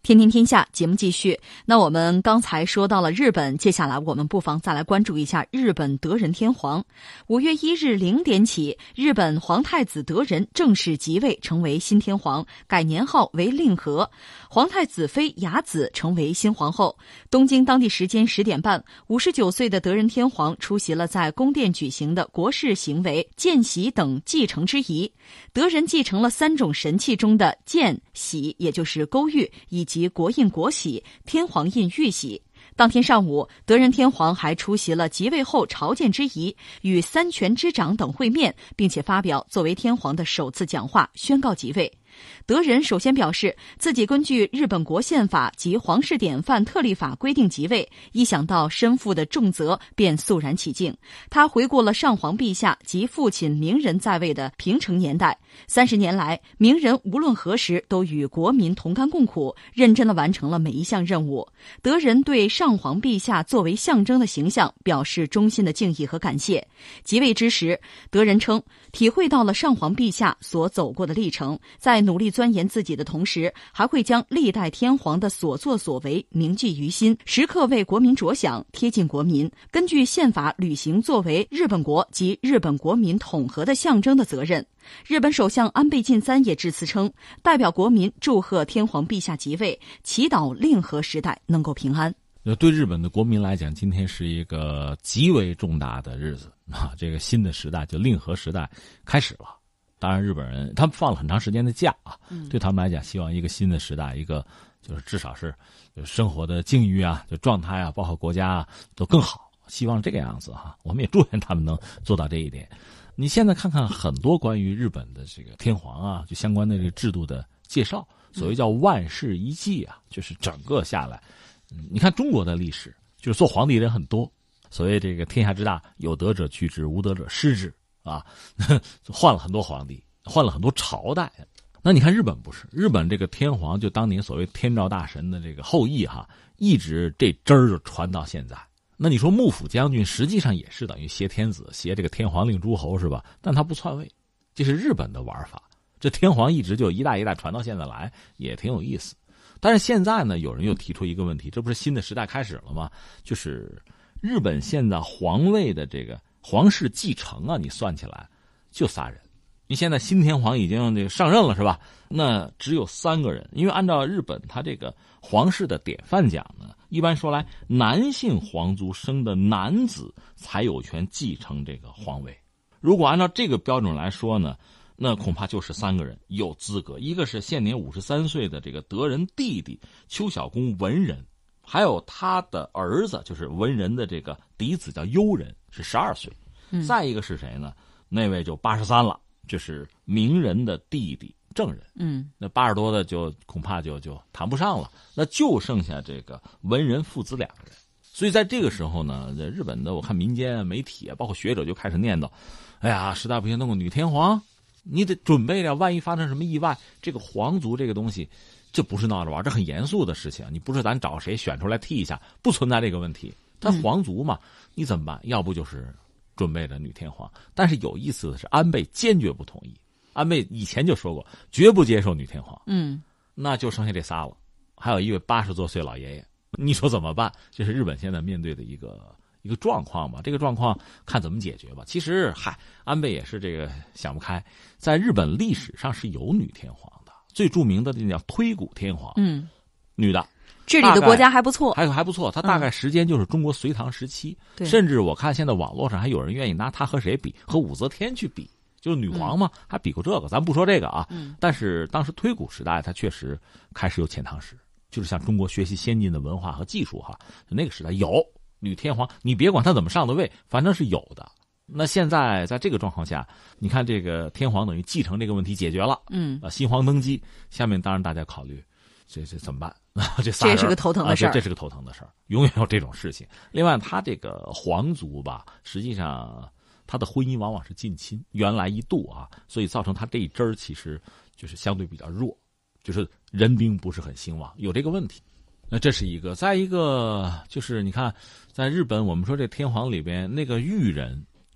天天天下节目继续。那我们刚才说到了日本，接下来我们不妨再来关注一下日本德仁天皇。5月1日0点起，日本皇太子德仁正式即位，成为新天皇，改年号为令和。皇太子妃雅子成为新皇后。东京当地时间10点半，59岁的德仁天皇出席了在宫殿举行的国事行为、见玺等继承之仪。德仁继承了3种神器中的见玺，也就是勾玉，以及国印国玺、天皇印玉玺。当天上午，德仁天皇还出席了即位后朝见之仪，与三权之长等会面，并且发表作为天皇的首次讲话，宣告即位。德仁首先表示，自己根据日本国宪法及皇室典范特例法规定即位，一想到身负的重责，便肃然起敬。他回顾了上皇陛下及父亲明仁在位的平成年代，30年来，明仁无论何时都与国民同甘共苦，认真地完成了每一项任务。德仁对上皇陛下作为象征的形象表示衷心的敬意和感谢。即位之时，德仁称，体会到了上皇陛下所走过的历程，在努力钻研自己的同时，还会将历代天皇的所作所为铭记于心，时刻为国民着想，贴近国民，根据宪法履行作为日本国及日本国民统合的象征的责任。日本首相安倍晋三也致辞称，代表国民祝贺天皇陛下即位，祈祷令和时代能够平安。 对日本的国民来讲，今天是一个极为重大的日子啊！这个新的时代，就令和时代开始了。当然，日本人他们放了很长时间的假啊，对他们来讲，希望一个新的时代，一个就是至少是生活的境遇啊，就状态啊，包括国家啊，都更好。希望这个样子哈，我们也祝愿他们能做到这一点。你现在看看很多关于日本的这个天皇啊，就相关的这个制度的介绍，所谓叫万世一祭啊，就是整个下来，你看中国的历史，就是做皇帝人很多，所谓这个天下之大，有德者居之，无德者失之啊，换了很多皇帝，换了很多朝代。那你看日本不是，日本这个天皇就当年所谓天照大神的这个后裔哈，一直这汁儿就传到现在。那你说幕府将军实际上也是等于挟天子，挟这个天皇令诸侯是吧？但他不篡位，这是日本的玩法。这天皇一直就一代一代传到现在来，也挺有意思。但是现在呢，有人又提出一个问题，这不是新的时代开始了吗？就是日本现在皇位的这个皇室继承啊，你算起来就仨人。你现在新天皇已经这个上任了是吧？那只有3个人，因为按照日本他这个皇室的典范讲呢，一般说来，男性皇族生的男子才有权继承这个皇位。如果按照这个标准来说呢，那恐怕就是3个人有资格，一个是现年53岁的这个德仁弟弟秋小宫文仁，还有他的儿子就是文仁的这个嫡子叫悠仁，是12岁。再一个是谁呢？那位就83了，就是明仁的弟弟正仁。那80多的就恐怕就谈不上了，那就剩下这个文仁父子2个人。所以在这个时候呢，日本的我看民间媒体啊，包括学者就开始念叨，哎呀，实在不行弄个女天皇，你得准备着，万一发生什么意外，这个皇族这个东西，这不是闹着玩，这很严肃的事情。你不是咱找谁选出来替一下，不存在这个问题。但皇族嘛，你怎么办？要不就是准备着女天皇。但是有意思的是，安倍坚决不同意。安倍以前就说过，绝不接受女天皇。那就剩下这仨了，还有一位80多岁老爷爷。你说怎么办？这是日本现在面对的一个状况吧。这个状况看怎么解决吧。其实安倍也是这个想不开，在日本历史上是有女天皇的，最著名的那叫推古天皇，女的。 治理的国家还不错， 还不错。他大概时间就是中国隋唐时期，甚至我看现在网络上还有人愿意拿他和谁比，和武则天去比，就是女皇嘛，还比过这个。咱不说这个啊，但是当时推古时代，他确实开始有遣唐使，就是向中国学习先进的文化和技术哈。那个时代有女天皇，你别管他怎么上的位，反正是有的。那现在在这个状况下，你看这个天皇等于继承这个问题解决了，新皇登基，下面当然大家考虑。这怎么办？这是个头疼的事儿， 这是个头疼的事儿，永远有这种事情。另外，他这个皇族吧，实际上他的婚姻往往是近亲，原来一度啊，所以造成他这一支儿其实就是相对比较弱，就是人丁不是很兴旺，有这个问题。那这是一个，再一个就是你看，在日本我们说这天皇里边那个裕仁，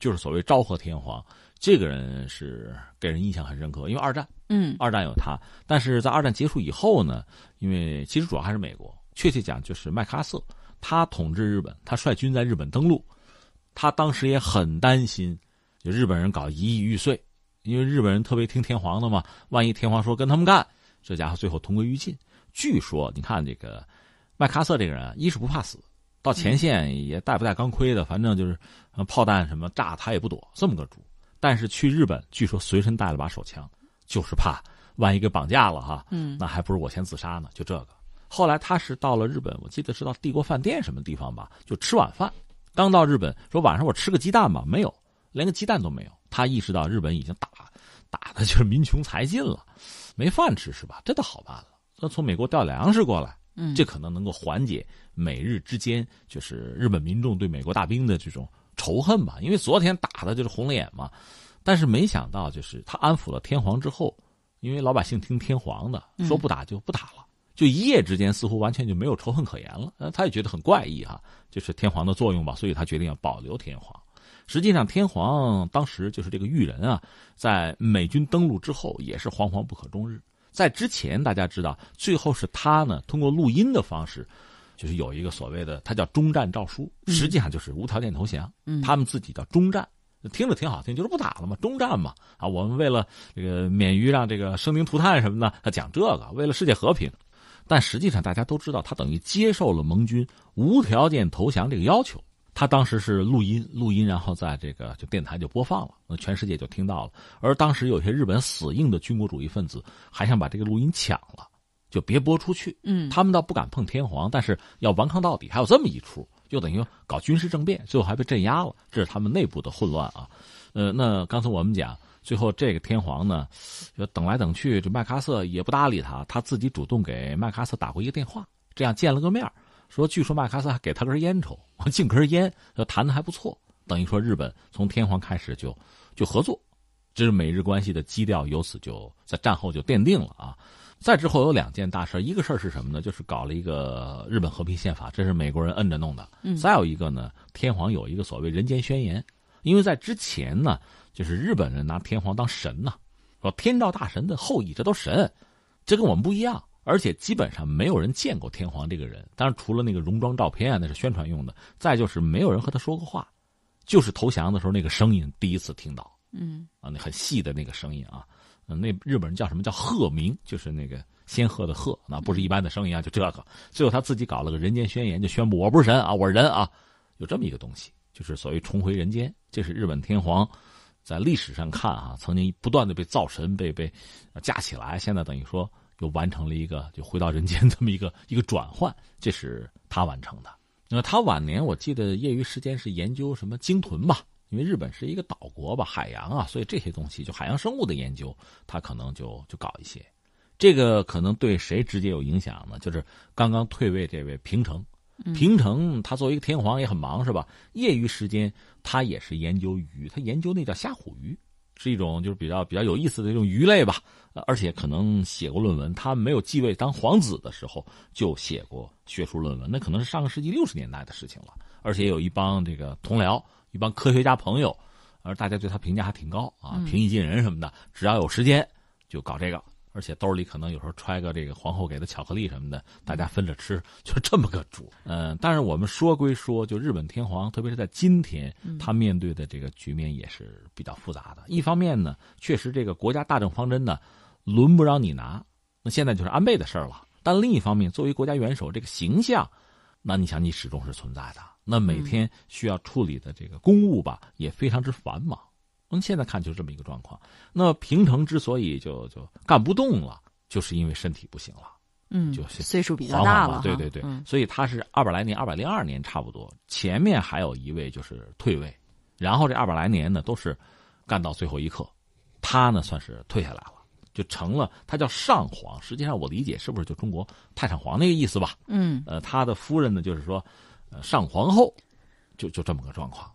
就是所谓昭和天皇。这个人是给人印象很深刻，因为二战有他，但是在二战结束以后呢，因为其实主要还是美国，确切讲就是麦克阿瑟，他统治日本，他率军在日本登陆，他当时也很担心，就日本人搞一意欲遂，因为日本人特别听天皇的嘛，万一天皇说跟他们干，这家伙最后同归于尽。据说你看这个麦克阿瑟这个人，一是不怕死，到前线也带不带钢盔的，反正就是炮弹什么炸他也不躲，这么个主。但是去日本据说随身带了把手枪，就是怕万一给绑架了哈，那还不如我先自杀呢，就这个。后来他是到了日本，我记得是到帝国饭店什么地方吧，就吃晚饭。刚到日本说晚上我吃个鸡蛋吧，没有，连个鸡蛋都没有。他意识到日本已经打的就是民穷财尽了，没饭吃是吧？这倒好办了，那从美国调粮食过来，这可能能够缓解美日之间就是日本民众对美国大兵的这种仇恨吧，因为昨天打的就是红了眼嘛。但是没想到就是他安抚了天皇之后，因为老百姓听天皇的，说不打就不打了，就一夜之间似乎完全就没有仇恨可言了。他也觉得很怪异哈，就是天皇的作用吧，所以他决定要保留天皇。实际上天皇当时就是这个裕仁啊，在美军登陆之后也是惶惶不可终日。在之前大家知道，最后是他呢通过录音的方式，就是有一个所谓的他叫终战诏书，实际上就是无条件投降，他们自己叫终战，听着挺好听，就是不打了嘛，终战嘛，啊，我们为了这个免于让这个生灵涂炭什么的，他讲这个为了世界和平。但实际上大家都知道，他等于接受了盟军无条件投降这个要求。他当时是录音，然后在这个就电台就播放了，全世界就听到了。而当时有些日本死硬的军国主义分子还想把这个录音抢了，就别播出去。他们倒不敢碰天皇，但是要顽抗到底，还有这么一出，就等于搞军事政变，最后还被镇压了。这是他们内部的混乱啊。那刚才我们讲，最后这个天皇呢，就等来等去，这麦克阿瑟也不搭理他，他自己主动给麦克阿瑟打过一个电话，这样见了个面。说据说麦克阿瑟还给他根烟抽，敬根烟，谈的还不错。等于说日本从天皇开始就合作，这是美日关系的基调，由此就在战后就奠定了啊。再之后有两件大事，一个事儿是什么呢？就是搞了一个日本和平宪法，这是美国人摁着弄的。再有一个呢，天皇有一个所谓人间宣言，因为在之前呢，就是日本人拿天皇当神呢，说天照大神的后裔，这都神，这跟我们不一样。而且基本上没有人见过天皇这个人，当然除了那个戎装照片啊，那是宣传用的。再就是没有人和他说过话，就是投降的时候那个声音第一次听到，那很细的那个声音啊，那日本人叫什么叫鹤鸣，就是那个仙鹤的鹤，那不是一般的声音啊，就这个。最后他自己搞了个人间宣言，就宣布我不是神啊，我是人啊，有这么一个东西，就是所谓重回人间。这是日本天皇在历史上看啊，曾经不断的被造神被架起来，现在等于说又完成了一个就回到人间这么一个转换，这是他完成的。那么他晚年我记得业余时间是研究什么鲸豚吧，因为日本是一个岛国吧，海洋啊，所以这些东西就海洋生物的研究他可能就搞一些。这个可能对谁直接有影响呢？就是刚刚退位这位平成。平成他作为一个天皇也很忙是吧，业余时间他也是研究鱼，他研究那叫虾虎鱼，是一种就是比较有意思的这种鱼类吧，而且可能写过论文。他没有继位当皇子的时候就写过学术论文，那可能是上个世纪60年代的事情了。而且有一帮这个同僚，一帮科学家朋友，而大家对他评价还挺高啊，平易近人什么的，只要有时间就搞这个。而且兜里可能有时候揣个这个皇后给的巧克力什么的，大家分着吃，就这么个主。但是我们说归说，就日本天皇，特别是在今天，他面对的这个局面也是比较复杂的。一方面呢，确实这个国家大政方针呢，轮不着你拿，那现在就是安倍的事儿了。但另一方面，作为国家元首这个形象，那你想你始终是存在的，那每天需要处理的这个公务吧，也非常之繁忙。现在看就是这么一个状况。那么平成之所以就干不动了，就是因为身体不行了，就是岁数比较大了。 对，所以他是200来年，202年差不多。前面还有一位就是退位，然后这200来年呢都是干到最后一刻，他呢算是退下来了，就成了他叫上皇。实际上我理解是不是就中国太上皇那个意思吧？他的夫人呢就是说上皇后，就这么个状况。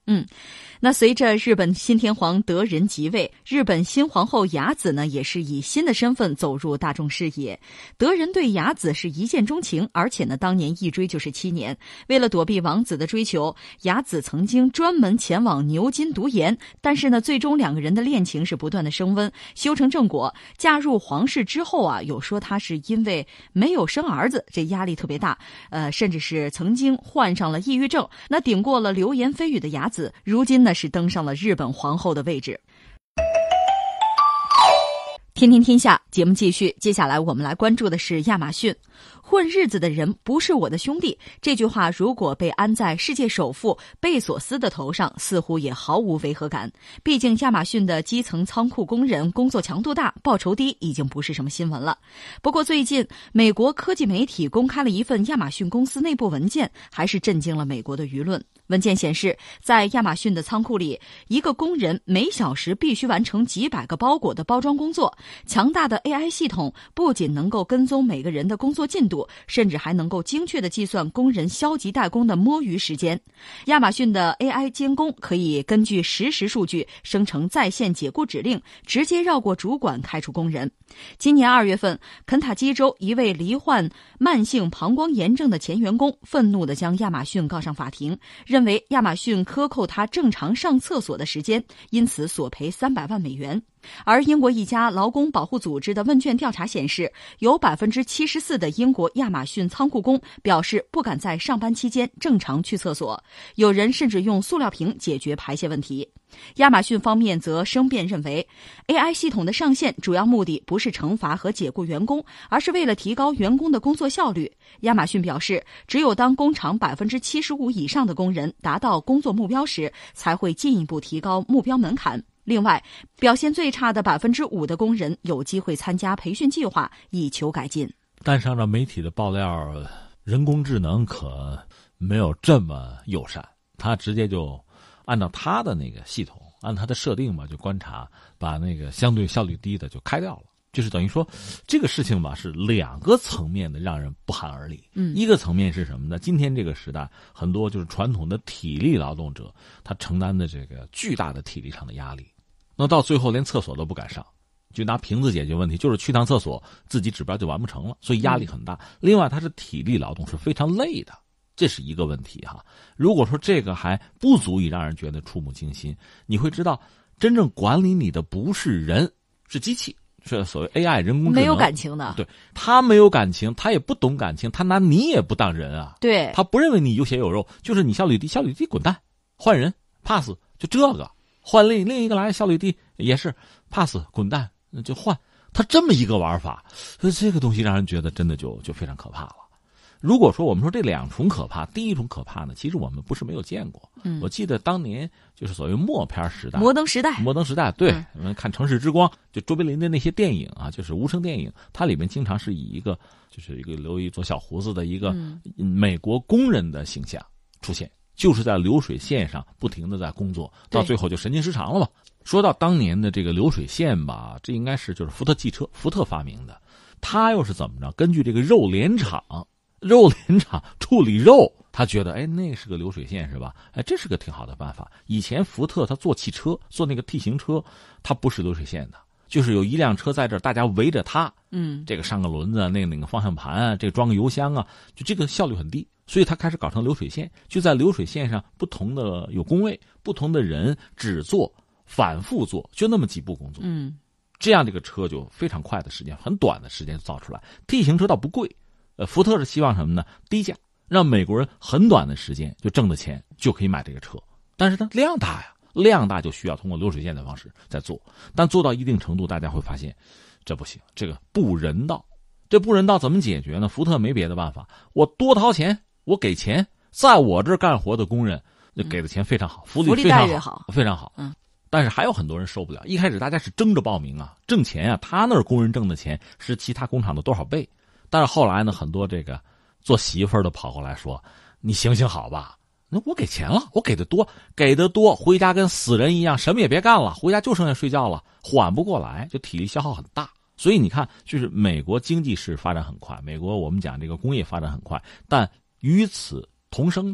那随着日本新天皇德仁即位，日本新皇后雅子呢也是以新的身份走入大众视野。德仁对雅子是一见钟情，而且呢当年一追就是7年。为了躲避王子的追求，雅子曾经专门前往牛津读研，但是呢最终2个人的恋情是不断的升温，修成正果。嫁入皇室之后啊，有说她是因为没有生儿子，这压力特别大，甚至是曾经患上了抑郁症。那顶过了流言蜚语的雅子，如今呢是登上了日本皇后的位置。天天天下节目继续，接下来我们来关注的是亚马逊。混日子的人不是我的兄弟，这句话如果被安在世界首富贝索斯的头上，似乎也毫无违和感。毕竟亚马逊的基层仓库工人工作强度大，报酬低，已经不是什么新闻了。不过最近美国科技媒体公开了一份亚马逊公司内部文件，还是震惊了美国的舆论。文件显示，在亚马逊的仓库里，一个工人每小时必须完成几百个包裹的包装工作。强大的 AI 系统不仅能够跟踪每个人的工作进度，甚至还能够精确地计算工人消极怠工的摸鱼时间。亚马逊的 AI 监工可以根据实时数据生成在线解雇指令，直接绕过主管开除工人。今年2月份，肯塔基州一位罹患慢性膀胱炎症的前员工愤怒地将亚马逊告上法庭，认为亚马逊克扣他正常上厕所的时间，因此索赔300万美元。而英国一家劳工保护组织的问卷调查显示，有 74% 的英国亚马逊仓库工表示不敢在上班期间正常去厕所，有人甚至用塑料瓶解决排泄问题。亚马逊方面则声辩认为， AI 系统的上线主要目的不是惩罚和解雇员工，而是为了提高员工的工作效率。亚马逊表示，只有当工厂 75% 以上的工人达到工作目标时，才会进一步提高目标门槛。另外，表现最差的 5% 的工人有机会参加培训计划，以求改进。 但是按照媒体的爆料，人工智能可没有这么友善，它直接就按照它的那个系统，按它的设定吧，就观察，把那个相对效率低的就开掉了。就是等于说，这个事情吧是2个层面的，让人不寒而栗。一个层面是什么呢？今天这个时代，很多就是传统的体力劳动者，他承担的这个巨大的体力上的压力，那到最后连厕所都不敢上，就拿瓶子解决问题，就是去趟厕所，自己指标就完不成了，所以压力很大。另外，它是体力劳动，是非常累的，这是一个问题哈。如果说这个还不足以让人觉得触目惊心，你会知道，真正管理你的不是人，是机器。是所谓 AI 人工智能， 没有感情的。 对，他没有感情，他也不懂感情，他拿你也不当人啊。 对， 他不认为你有血有肉，就是你效率低，效率低滚蛋，换人 pass， 就这个换另一个来，效率低也是 pass 滚蛋，就换。他这么一个玩法，所以这个东西让人觉得真的就非常可怕了。如果说我们说这2重可怕，第一种可怕呢，其实我们不是没有见过。我记得当年就是所谓默片时代， 摩登时代， 对，我们看《城市之光》，就卓别林的那些电影啊，就是无声电影，它里面经常是以一个留一撮小胡子的一个美国工人的形象出现，就是在流水线上不停的在工作，到最后就神经失常了嘛。说到当年的这个流水线吧，这应该是就是福特汽车，福特发明的，他又是怎么着？根据这个肉联厂处理肉，他觉得那是个流水线是吧？这是个挺好的办法。以前福特他做汽车，做那个 T 型车，他不是流水线的，就是有一辆车在这儿，大家围着它，这个上个轮子，那个方向盘啊，这个装个油箱啊，就这个效率很低，所以他开始搞成流水线，就在流水线上不同的有工位，不同的人只做反复做，就那么几步工作，这样这个车就非常快的时间，很短的时间就造出来。T 型车倒不贵。福特是希望什么呢？低价，让美国人很短的时间就挣的钱就可以买这个车。但是呢，量大呀，量大就需要通过流水线的方式在做。但做到一定程度，大家会发现这不行，这个不人道。这不人道怎么解决呢？福特没别的办法，我多掏钱，我给钱，在我这儿干活的工人，就给的钱非常好，福利非常好，非常好。但是还有很多人受不了。一开始大家是争着报名啊，挣钱啊，他那儿工人挣的钱是其他工厂的多少倍。但是后来呢，很多这个做媳妇儿的跑过来说：“你行行好吧，那我给钱了，我给的多，回家跟死人一样，什么也别干了，回家就剩下睡觉了，缓不过来，就体力消耗很大。”所以你看，就是美国经济是发展很快，美国我们讲这个工业发展很快，但与此同生的，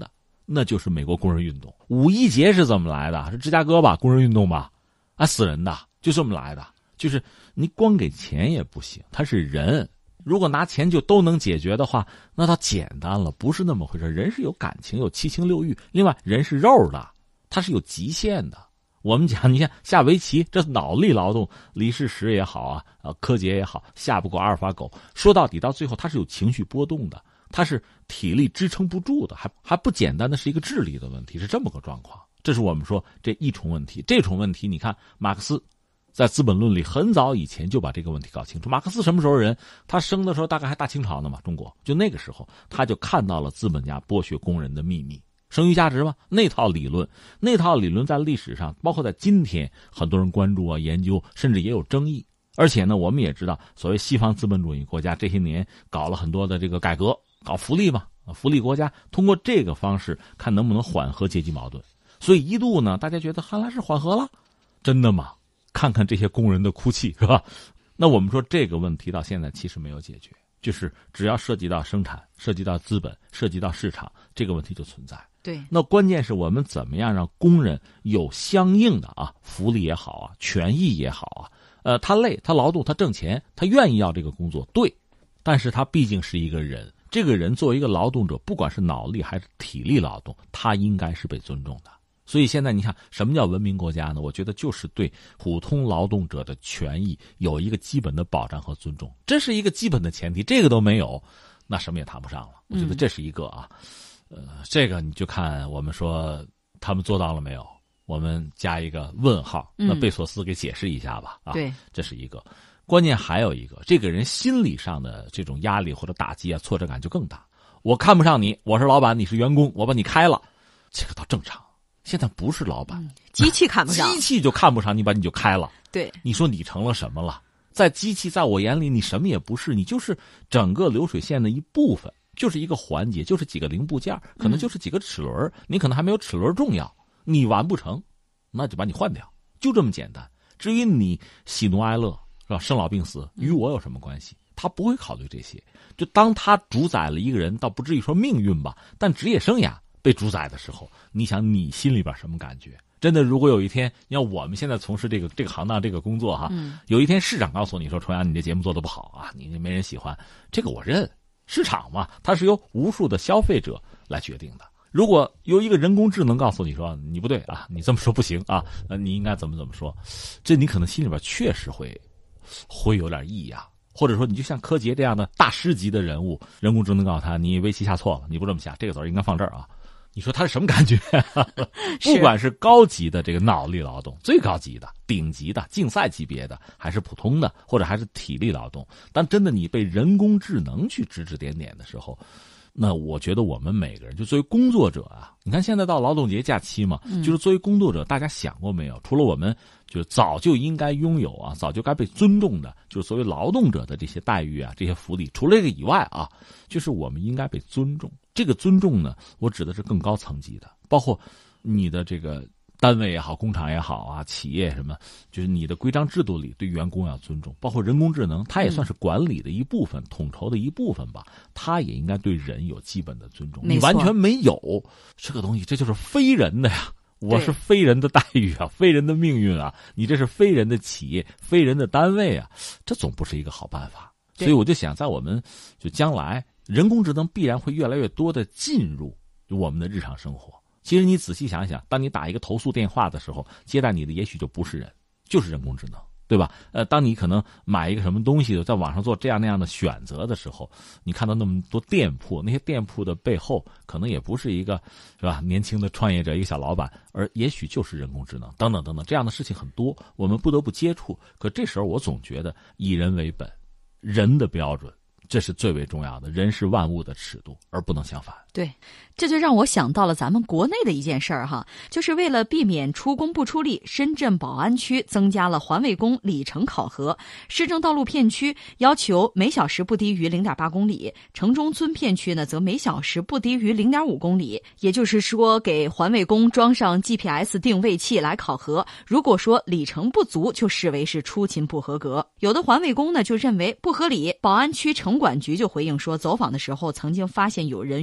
那就是美国工人运动。5·1节是怎么来的？是芝加哥吧，工人运动吧，死人的，就这么来的。就是你光给钱也不行，他是人，如果拿钱就都能解决的话，那它简单了，不是那么回事。人是有感情，有七情六欲，另外人是肉的，它是有极限的。我们讲，你像下围棋，这脑力劳动，李世石也好啊，柯洁也好，下不过阿尔法狗。说到底，到最后它是有情绪波动的，它是体力支撑不住的，还不简单的是一个智力的问题，是这么个状况。这是我们说这一重问题。这种问题，你看马克思在《资本论》里很早以前就把这个问题搞清楚。马克思什么时候人？他生的时候大概还大清朝呢嘛，中国就那个时候，他就看到了资本家剥削工人的秘密。剩余价值嘛，那套理论在历史上，包括在今天，很多人关注啊、研究，甚至也有争议。而且呢，我们也知道，所谓西方资本主义国家这些年搞了很多的这个改革，搞福利嘛，福利国家，通过这个方式看能不能缓和阶级矛盾。所以一度呢，大家觉得看来是缓和了，真的吗？看看这些工人的哭泣，是吧？那我们说这个问题到现在其实没有解决，就是只要涉及到生产、涉及到资本、涉及到市场，这个问题就存在。 对， 那关键是我们怎么样让工人有相应的福利也好啊，权益也好啊，他累，他劳动，他挣钱，他愿意要这个工作，对，但是他毕竟是一个人，这个人作为一个劳动者，不管是脑力还是体力劳动，他应该是被尊重的。所以现在你看，什么叫文明国家呢？我觉得就是对普通劳动者的权益有一个基本的保障和尊重，这是一个基本的前提，这个都没有，那什么也谈不上了。我觉得这是一个这个你就看我们说他们做到了没有，我们加一个问号。那贝索斯给解释一下吧。 对， 这是一个。关键还有一个，这个人心理上的这种压力或者打击啊、挫折感就更大。我看不上你，我是老板，你是员工，我把你开了，这个倒正常。现在不是老板， 机器看不上， 机器就看不上你，把你就开了。 对， 你说你成了什么了？在机器，在我眼里，你什么也不是，你就是整个流水线的一部分，就是一个环节，就是几个零部件，可能就是几个齿轮，你可能还没有齿轮重要。你完不成，那就把你换掉，就这么简单。至于你喜怒哀乐是吧，生老病死，与我有什么关系？他不会考虑这些。就当他主宰了一个人，倒不至于说命运吧，但职业生涯被主宰的时候，你想你心里边什么感觉？真的，如果有一天，你看我们现在从事这个行当这个工作有一天市长告诉你说，重阳你这节目做得不好啊，你没人喜欢，这个我认。市场嘛，它是由无数的消费者来决定的。如果由一个人工智能告诉你说你不对啊，你这么说不行啊，你应该怎么说，这你可能心里边确实会有点异样。或者说你就像柯洁这样的大师级的人物，人工智能告诉他你围棋下错了，你不这么下，这个子应该放这儿啊。你说他是什么感觉？不管是高级的这个脑力劳动，最高级的、顶级的、竞赛级别的，还是普通的，或者还是体力劳动，但真的你被人工智能去指指点点的时候，那我觉得我们每个人就作为工作者啊，你看现在到劳动节假期嘛，就是作为工作者，大家想过没有？除了我们就是早就应该拥有啊，早就该被尊重的，就是作为劳动者的这些待遇啊、这些福利，除了这个以外啊，就是我们应该被尊重。这个尊重呢，我指的是更高层级的，包括你的这个单位也好，工厂也好啊，企业什么，就是你的规章制度里对员工要尊重，包括人工智能，它也算是管理的一部分、统筹的一部分吧，它也应该对人有基本的尊重。你完全没有这个东西，这就是非人的呀！我是非人的待遇啊，非人的命运啊，你这是非人的企业、非人的单位啊，这总不是一个好办法。所以我就想，在我们就将来，人工智能必然会越来越多的进入我们的日常生活。其实你仔细想一想，当你打一个投诉电话的时候，接待你的也许就不是人，就是人工智能，对吧？当你可能买一个什么东西，在网上做这样那样的选择的时候，你看到那么多店铺，那些店铺的背后可能也不是一个，是吧？年轻的创业者，一个小老板，而也许就是人工智能，等等等等，这样的事情很多，我们不得不接触。可这时候我总觉得以人为本，人的标准，这是最为重要的，人是万物的尺度，而不能相反。 对，这就让我想到了咱们国内的一件事儿哈，就是为了避免出工不出力，深圳宝安区增加了环卫工里程考核。市政道路片区要求每小时不低于 0.8 公里，城中村片区呢则每小时不低于 0.5 公里。也就是说，给环卫工装上 GPS 定位器来考核，如果说里程不足，就视为是出勤不合格。有的环卫工呢就认为不合理，宝安区城管局就回应说，走访的时候曾经发现有人原地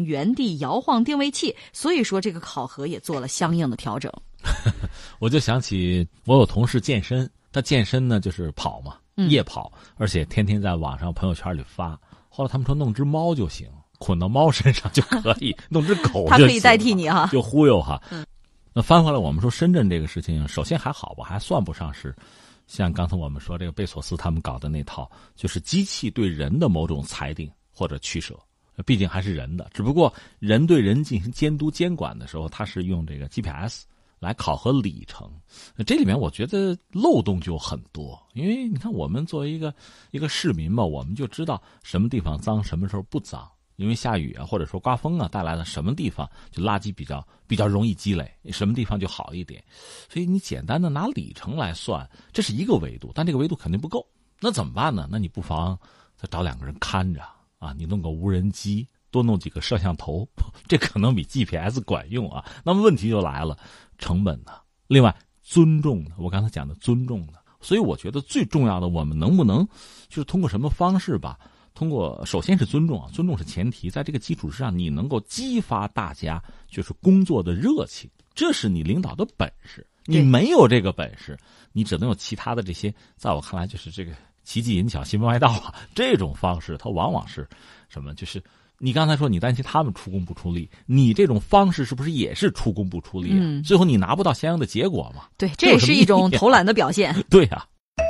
地摇晃定位器，所以说这个考核也做了相应的调整。 我就想起我有同事健身，他健身呢就是跑嘛，夜跑，而且天天在网上朋友圈里发。后来他们说弄只猫就行，捆到猫身上就可以，弄只狗就行， 它可以代替你哈， 就忽悠哈。那翻回来我们说深圳这个事情，首先还好吧，还算不上是像刚才我们说这个贝索斯他们搞的那套，就是机器对人的某种裁定或者取舍，毕竟还是人的，只不过人对人进行监督监管的时候，他是用这个 GPS 来考核里程。这里面我觉得漏洞就很多，因为你看我们作为一个市民嘛，我们就知道什么地方脏，什么时候不脏。因为下雨啊，或者说刮风啊带来的什么地方就垃圾比较容易积累，什么地方就好一点。所以你简单的拿里程来算，这是一个维度，但这个维度肯定不够。那怎么办呢？那你不妨再找2个人看着啊，你弄个无人机，多弄几个摄像头，这可能比 GPS 管用啊。那么问题就来了，成本呢？另外尊重呢？我刚才讲的尊重呢？所以我觉得最重要的，我们能不能就是通过什么方式吧？通过首先是尊重啊，尊重是前提，在这个基础之上，你能够激发大家就是工作的热情，这是你领导的本事。你没有这个本事，你只能有其他的这些，在我看来就是这个奇技淫巧、新闻外道啊，这种方式它往往是什么？就是你刚才说你担心他们出工不出力，你这种方式是不是也是出工不出力啊？最后你拿不到相应的结果嘛？ 对，这也是一种偷懒的表现。 对啊。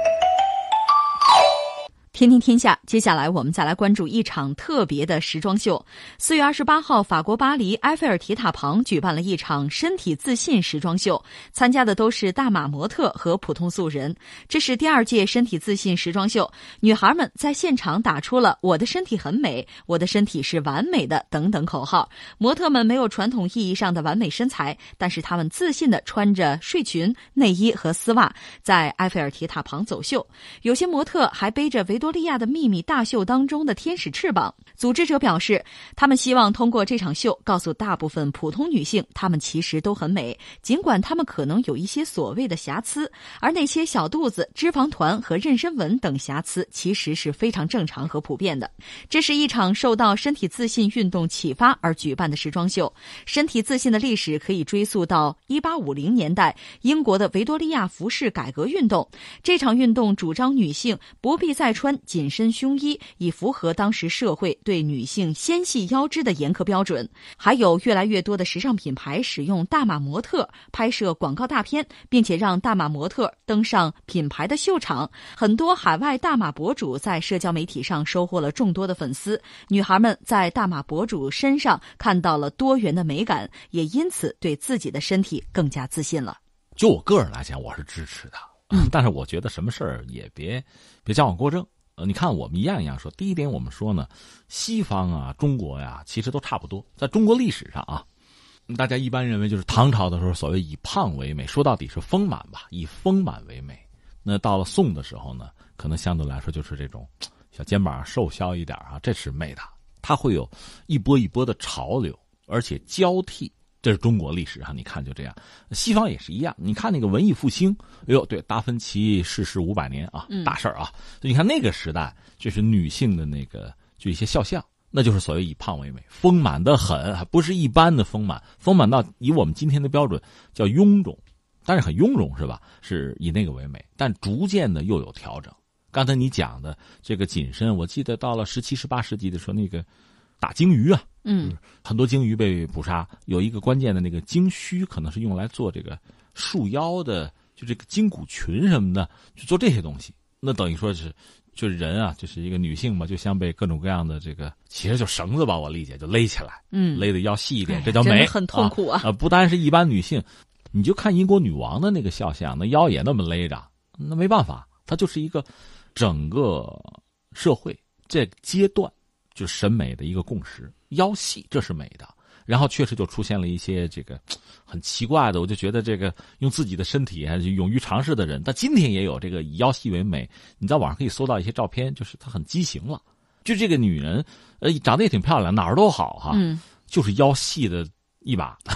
天天天下，接下来我们再来关注一场特别的时装秀。4月28号，法国巴黎埃菲尔铁塔旁举办了一场身体自信时装秀，参加的都是大码模特和普通素人。这是第2届身体自信时装秀，女孩们在现场打出了“我的身体很美，我的身体是完美的”等等口号。模特们没有传统意义上的完美身材，但是她们自信地穿着睡裙、内衣和丝袜，在埃菲尔铁塔旁走秀。有些模特还背着维多利亚的秘密大秀当中的天使翅膀。组织者表示，他们希望通过这场秀告诉大部分普通女性，她们其实都很美，尽管她们可能有一些所谓的瑕疵，而那些小肚子、脂肪团和妊娠纹等瑕疵其实是非常正常和普遍的。这是一场受到身体自信运动启发而举办的时装秀。身体自信的历史可以追溯到1850年代英国的维多利亚服饰改革运动。这场运动主张女性不必再穿紧身胸衣，以符合当时社会对女性纤细腰肢的严苛标准。还有越来越多的时尚品牌使用大码模特拍摄广告大片，并且让大码模特登上品牌的秀场。很多海外大码博主在社交媒体上收获了众多的粉丝。女孩们在大码博主身上看到了多元的美感，也因此对自己的身体更加自信了。 就我个人来讲，我是支持的。但是我觉得什么事儿也别矫枉过正。你看我们一样说，第一点我们说呢，西方啊、中国呀，其实都差不多。在中国历史上啊，大家一般认为就是唐朝的时候，所谓以胖为美，说到底是丰满吧，以丰满为美。那到了宋的时候呢，可能相对来说就是这种小肩膀瘦削一点啊，这是美的。它会有一波一波的潮流，而且交替。这是中国历史上，你看就这样。西方也是一样，你看那个文艺复兴，哎呦，对，达芬奇逝世500年啊，大事儿啊。你看那个时代，就是女性的那个就一些肖像，那就是所谓以胖为美，丰满的很，不是一般的丰满，丰满到以我们今天的标准叫臃肿，但是很臃肿是吧？是以那个为美，但逐渐的又有调整。刚才你讲的这个紧身，我记得到了17、18世纪的时候，那个打鲸鱼啊，很多鲸鱼被捕杀，有一个关键的那个鲸须，可能是用来做这个束腰的，就这个筋骨群什么的，就做这些东西。那等于说就是人啊，就是一个女性嘛，就像被各种各样的这个，其实就绳子吧，我理解就勒起来，勒得要细一点，这叫美， 真的很痛苦啊！ 不单是一般女性，你就看英国女王的那个肖像，那腰也那么勒着，那没办法，它就是一个整个社会这个阶段就是审美的一个共识，腰细这是美的。然后确实就出现了一些这个很奇怪的，我就觉得这个用自己的身体还是勇于尝试的人，但今天也有这个以腰细为美。你在网上可以搜到一些照片，就是她很畸形了。就这个女人，长得也挺漂亮，哪儿都好哈，就是腰细的一把。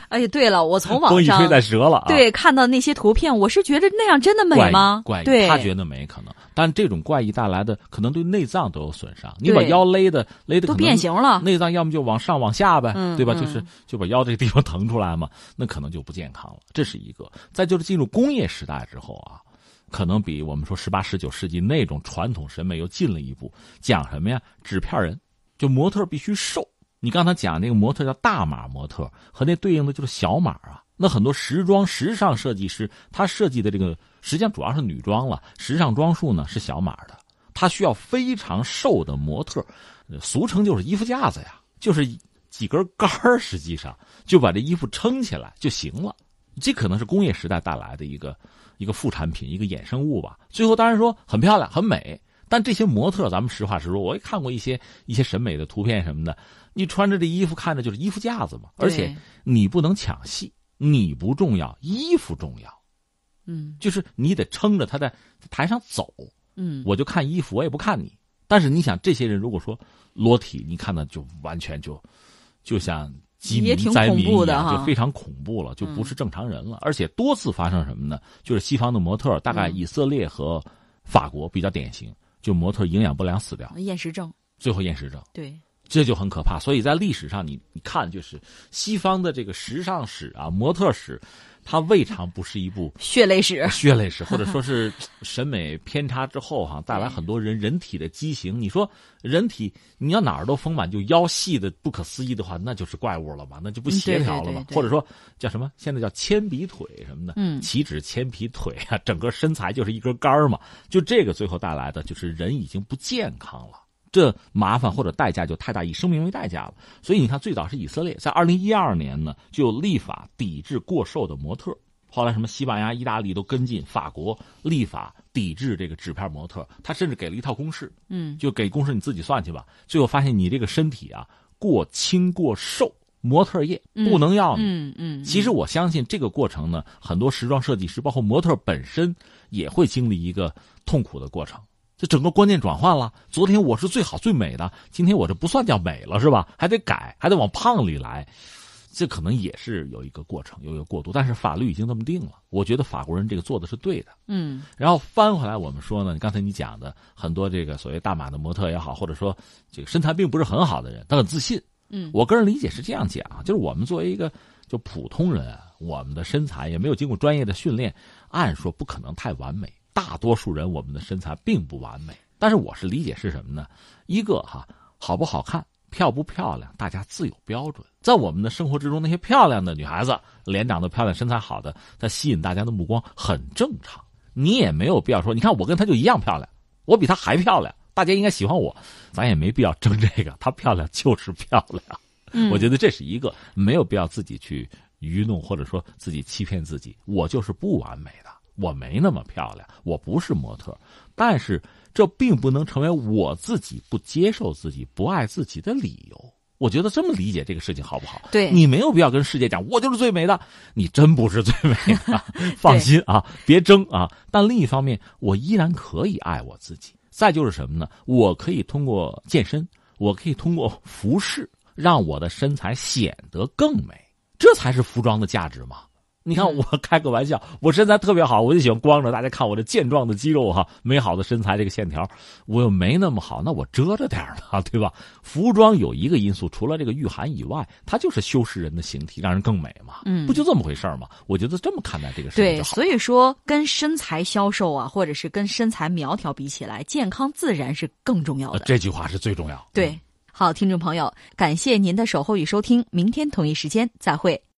哎，对了，我从网上风一吹再折了啊。 对，看到那些图片，我是觉得那样真的美吗？ 怪异， 对， 他觉得美可能，但这种怪异带来的可能对内脏都有损伤。你把腰勒的都变形了， 内脏要么就往上往下呗，对吧？就把腰这个地方腾出来嘛，那可能就不健康了。这是一个。再就是进入工业时代之后啊，可能比我们说18、19世纪那种传统审美又进了一步，讲什么呀？纸片人，就模特必须瘦。你刚才讲那个模特叫大码模特，和那对应的就是小码啊。那很多时尚设计师，他设计的这个实际上主要是女装了，时尚装束呢是小码的，他需要非常瘦的模特，俗称就是衣服架子呀，就是几根杆儿，实际上就把这衣服撑起来就行了。这可能是工业时代带来的一个副产品，一个衍生物吧。最后当然说很漂亮很美，但这些模特咱们实话实说，我也看过一些审美的图片什么的，你穿着这衣服看着就是衣服架子嘛，而且你不能抢戏，你不重要，衣服重要。就是你得撑着他在台上走。我就看衣服，我也不看你。但是你想，这些人如果说裸体，你看的就完全就像饥民灾民一样，就非常恐怖了，就不是正常人了。而且多次发生什么呢？就是西方的模特，大概以色列和法国比较典型，就模特营养不良死掉， 厌食症， 最后厌食症。 对，这就很可怕。所以在历史上你看，就是西方的这个时尚史啊，模特史，它未尝不是一部血泪史， 或者说是审美偏差之后带来很多人体的畸形。你说人体你要哪儿都丰满，就腰细的不可思议的话，那就是怪物了嘛，那就不协调了嘛。或者说叫什么，现在叫铅笔腿什么的，岂止铅笔腿啊，整个身材就是一根杆嘛。就这个最后带来的就是人已经不健康了。这麻烦或者代价就太大，以生命为代价了。所以你看，最早是以色列，在2012年呢就立法抵制过瘦的模特，后来什么西班牙、意大利都跟进，法国立法抵制这个纸片模特，他甚至给了一套公式，就给公式你自己算去吧。最后发现你这个身体啊过轻过瘦，模特业不能要你。其实我相信这个过程呢，很多时装设计师包括模特本身也会经历一个痛苦的过程。这整个观念转换了，昨天我是最好最美的，今天我这不算叫美了，是吧？还得改，还得往胖里来，这可能也是有一个过程，有一个过渡。但是法律已经这么定了，我觉得法国人这个做的是对的。然后翻回来我们说呢，刚才你讲的很多这个所谓大码的模特也好，或者说这个身材并不是很好的人，他很自信。我个人理解是这样讲，就是我们作为一个就普通人，我们的身材也没有经过专业的训练，按说不可能太完美。大多数人我们的身材并不完美，但是我是理解是什么呢？一个好不好看，漂不漂亮，大家自有标准。在我们的生活之中，那些漂亮的女孩子，脸长得漂亮，身材好的，她吸引大家的目光很正常。你也没有必要说，你看我跟她就一样漂亮，我比她还漂亮，大家应该喜欢我，咱也没必要争这个，她漂亮就是漂亮。我觉得这是一个没有必要自己去愚弄，或者说自己欺骗自己，我就是不完美的。我没那么漂亮，我不是模特，但是这并不能成为我自己不接受自己、不爱自己的理由。我觉得这么理解这个事情好不好？ 对， 你没有必要跟世界讲我就是最美的，你真不是最美的，放心啊，别争啊。但另一方面，我依然可以爱我自己。再就是什么呢？我可以通过健身，我可以通过服饰，让我的身材显得更美，这才是服装的价值嘛。你看我开个玩笑，我身材特别好，我就喜欢光着，大家看我这健壮的肌肉美好的身材，这个线条我又没那么好，那我遮着点嘛，对吧？服装有一个因素，除了这个御寒以外，它就是修饰人的形体，让人更美嘛。不就这么回事吗？我觉得这么看待这个事情就好。 对，所以说跟身材消瘦或者是跟身材苗条比起来，健康自然是更重要的。 这句话是最重要。 对，好，听众朋友，感谢您的守候与收听，明天同一时间再会。